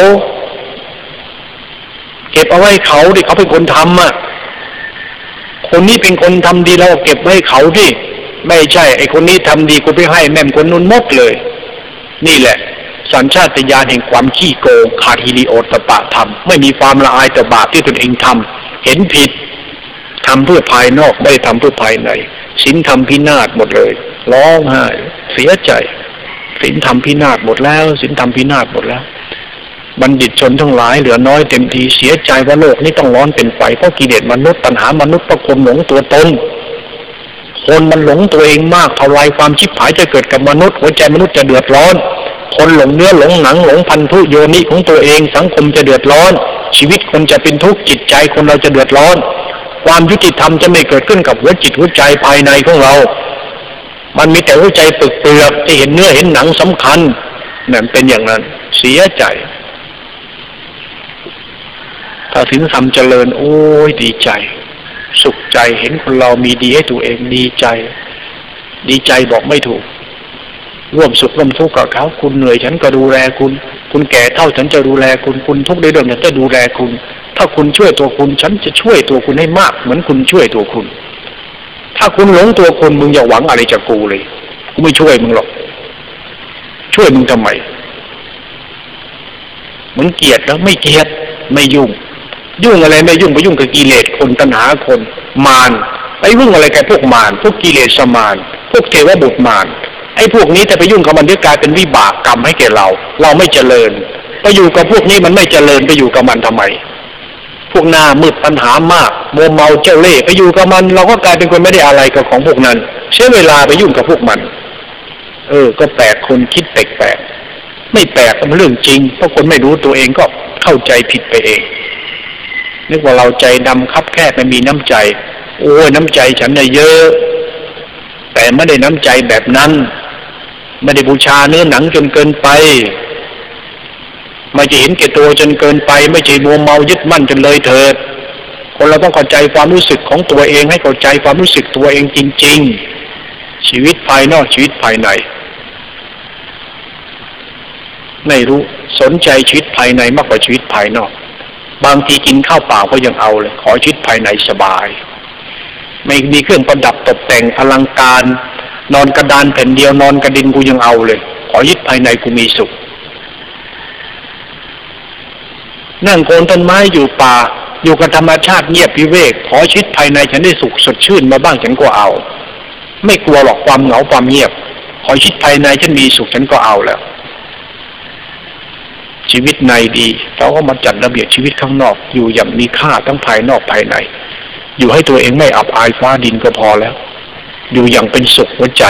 เก็บเอาไว้เขาดิเขาเป็นคนทำอ่ะคนนี้เป็นคนทำดีเราเก็บไว้ให้เขาดิไม่ใช่ไอ้คนนี้ทำดีกูไปให้แม่มคนนู้นหมดเลยนี่แหละสัญชาตญาณแห่งความขี้โกงขาดฮิริโอตปะธรรมไม่มีความละอายต่อบาปที่ตนเองทำเห็นผิดทำเพื่อภายนอกไม่ได้ทำเพื่อภายในศีลธรรมพินาศหมดเลยร้องไห้เสียใจศีลธรรมพินาศหมดแล้วศีลธรรมพินาศหมดแล้วบัณฑิตชนทั้งหลายเหลือน้อยเต็มทีเสียใจว่าโลกนี้ต้องร้อนเป็นไฟเพราะกิเลสมนุษย์ปัญหามนุษย์เพราะคนหลงตัวตนคนมันหลงตัวเองมากเท่าไรความชิบหายจะเกิดกับมนุษย์หัวใจมนุษย์จะเดือดร้อนคนหลงเนื้อหลงหนังหลงพันธุโยนิของตัวเองสังคมจะเดือดร้อนชีวิตคนจะเป็นทุกข์จิตใจคนเราจะเดือดร้อนความยุติธรรมจะไม่เกิดขึ้นกับหัวจิตหัวใจภายในของเรามันมีแต่หัวใจเปลือกๆที่เห็นเนื้อเห็นหนังสำคัญนั่นเป็นอย่างนั้นเสียใจถ้าศีลธรรมเจริญโอ้ยดีใจสุขใจเห็นคนเรามีดีให้ตัวเองดีใจดีใจบอกไม่ถูกร่วมสุขร่วมทุกข์กับเขาคุณเหนื่อยฉันก็ดูแลคุณคุณแก่เท่าฉันจะดูแลคุณคุณทุกข์ได้เรื่องฉันจะดูแลคุณถ้าคุณช่วยตัวคุณฉันจะช่วยตัวคุณให้มากเหมือนคุณช่วยตัวคุณถ้าคุณหลงตัวคุณมึงอย่าหวังอะไรจากกูเลยกูไม่ช่วยมึงหรอกช่วยมึงทำไมมึงเกลียดแล้วไม่เกลียดไม่ยุ่งยุ่งอะไรไม่ยุ่งไปยุ่งกับกิเลสคนตัณหาคนมารไอ้ยุ่งอะไรกับพวกมารพวกกิเลสมารพวกเทวบุตรมารไอ้พวกนี้จะไปยุ่งกับมันเดี๋ยวกลายเป็นวิบากกรรมให้แก่เราเราไม่เจริญไปอยู่กับพวกนี้มันไม่เจริญไปอยู่กับมันทำไมพวกหน้ามืดปัญหามากมัวเมาเจ้าเล่ห์ไปอยู่กับมันเราก็กลายเป็นคนไม่ได้อะไรกับของพวกนั้นเสียเวลาไปยุ่งกับพวกมันเออก็แปลกคนคิดแปลกๆไม่แปลกเป็นเรื่องจริงเพราะคนไม่รู้ตัวเองก็เข้าใจผิดไปเองนึกว่าเราใจดำคับแคบไม่มีน้ำใจโอ้ยน้ำใจฉันน่ะเยอะแต่ไม่ได้น้ำใจแบบนั้นไม่ได้บูชาเนื้อหนังจนเกินไปไม่จะเห็นแก่ตัวจนเกินไปไม่ใช่มัวเมายึดมั่นจนเลยเถิดคนเราต้องเข้าใจความรู้สึกของตัวเองให้เข้าใจความรู้สึกตัวเองจริงๆชีวิตภายนอกชีวิตภายในไม่รู้สนใจชีวิตภายในมากกว่าชีวิตภายนอกบางทีกินข้าวเปล่าก็ยังเอาเลยขอชีวิตภายในสบายไม่มีเครื่องประดับตกแต่งอลังการนอนกระดานแผ่นเดียวนอนกระดินกูยังเอาเลยขอชีวิตภายในกูมีสุขนั่งโคนต้นไม้อยู่ป่าอยู่กับธรรมชาติเงียบวิเวกขอชีวิตภายในฉันได้สุขสดชื่นมาบ้างฉันก็เอาไม่กลัวหรอกความเหงาความเงียบขอชีวิตภายในฉันมีสุขฉันก็เอาแล้วชีวิตในดีเราก็มาจัดระเบียบชีวิตข้างนอกอยู่อย่างมีค่าทั้งภายนอกภายในอยู่ให้ตัวเองไม่อับอายฟ้าดินก็พอแล้วอยู่อย่างเป็นสุขหัวใจ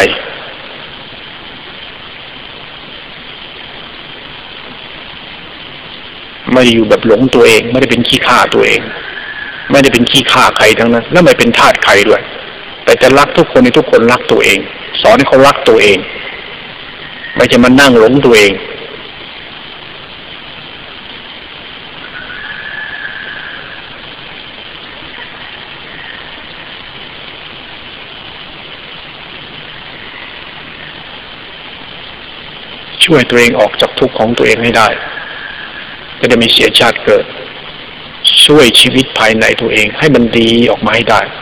ไม่ได้อยู่แบบหลงตัวเองไม่ได้เป็นขี้ข้าตัวเองไม่ได้เป็นขี้ข้าใครทั้งนั้นและไม่เป็นทาสใครด้วยแต่จะรักทุกคนในทุกคนรักตัวเองสอนให้เขารักตัวเองไม่จะมานั่งหลงตัวเองช่วยตัวเองออกจากทุกข์ของตัวเองให้ได้จะได้ไม่เสียชาติเกิดช่วยชีวิตภายในตัวเองให้มันดีออกมาให้ได้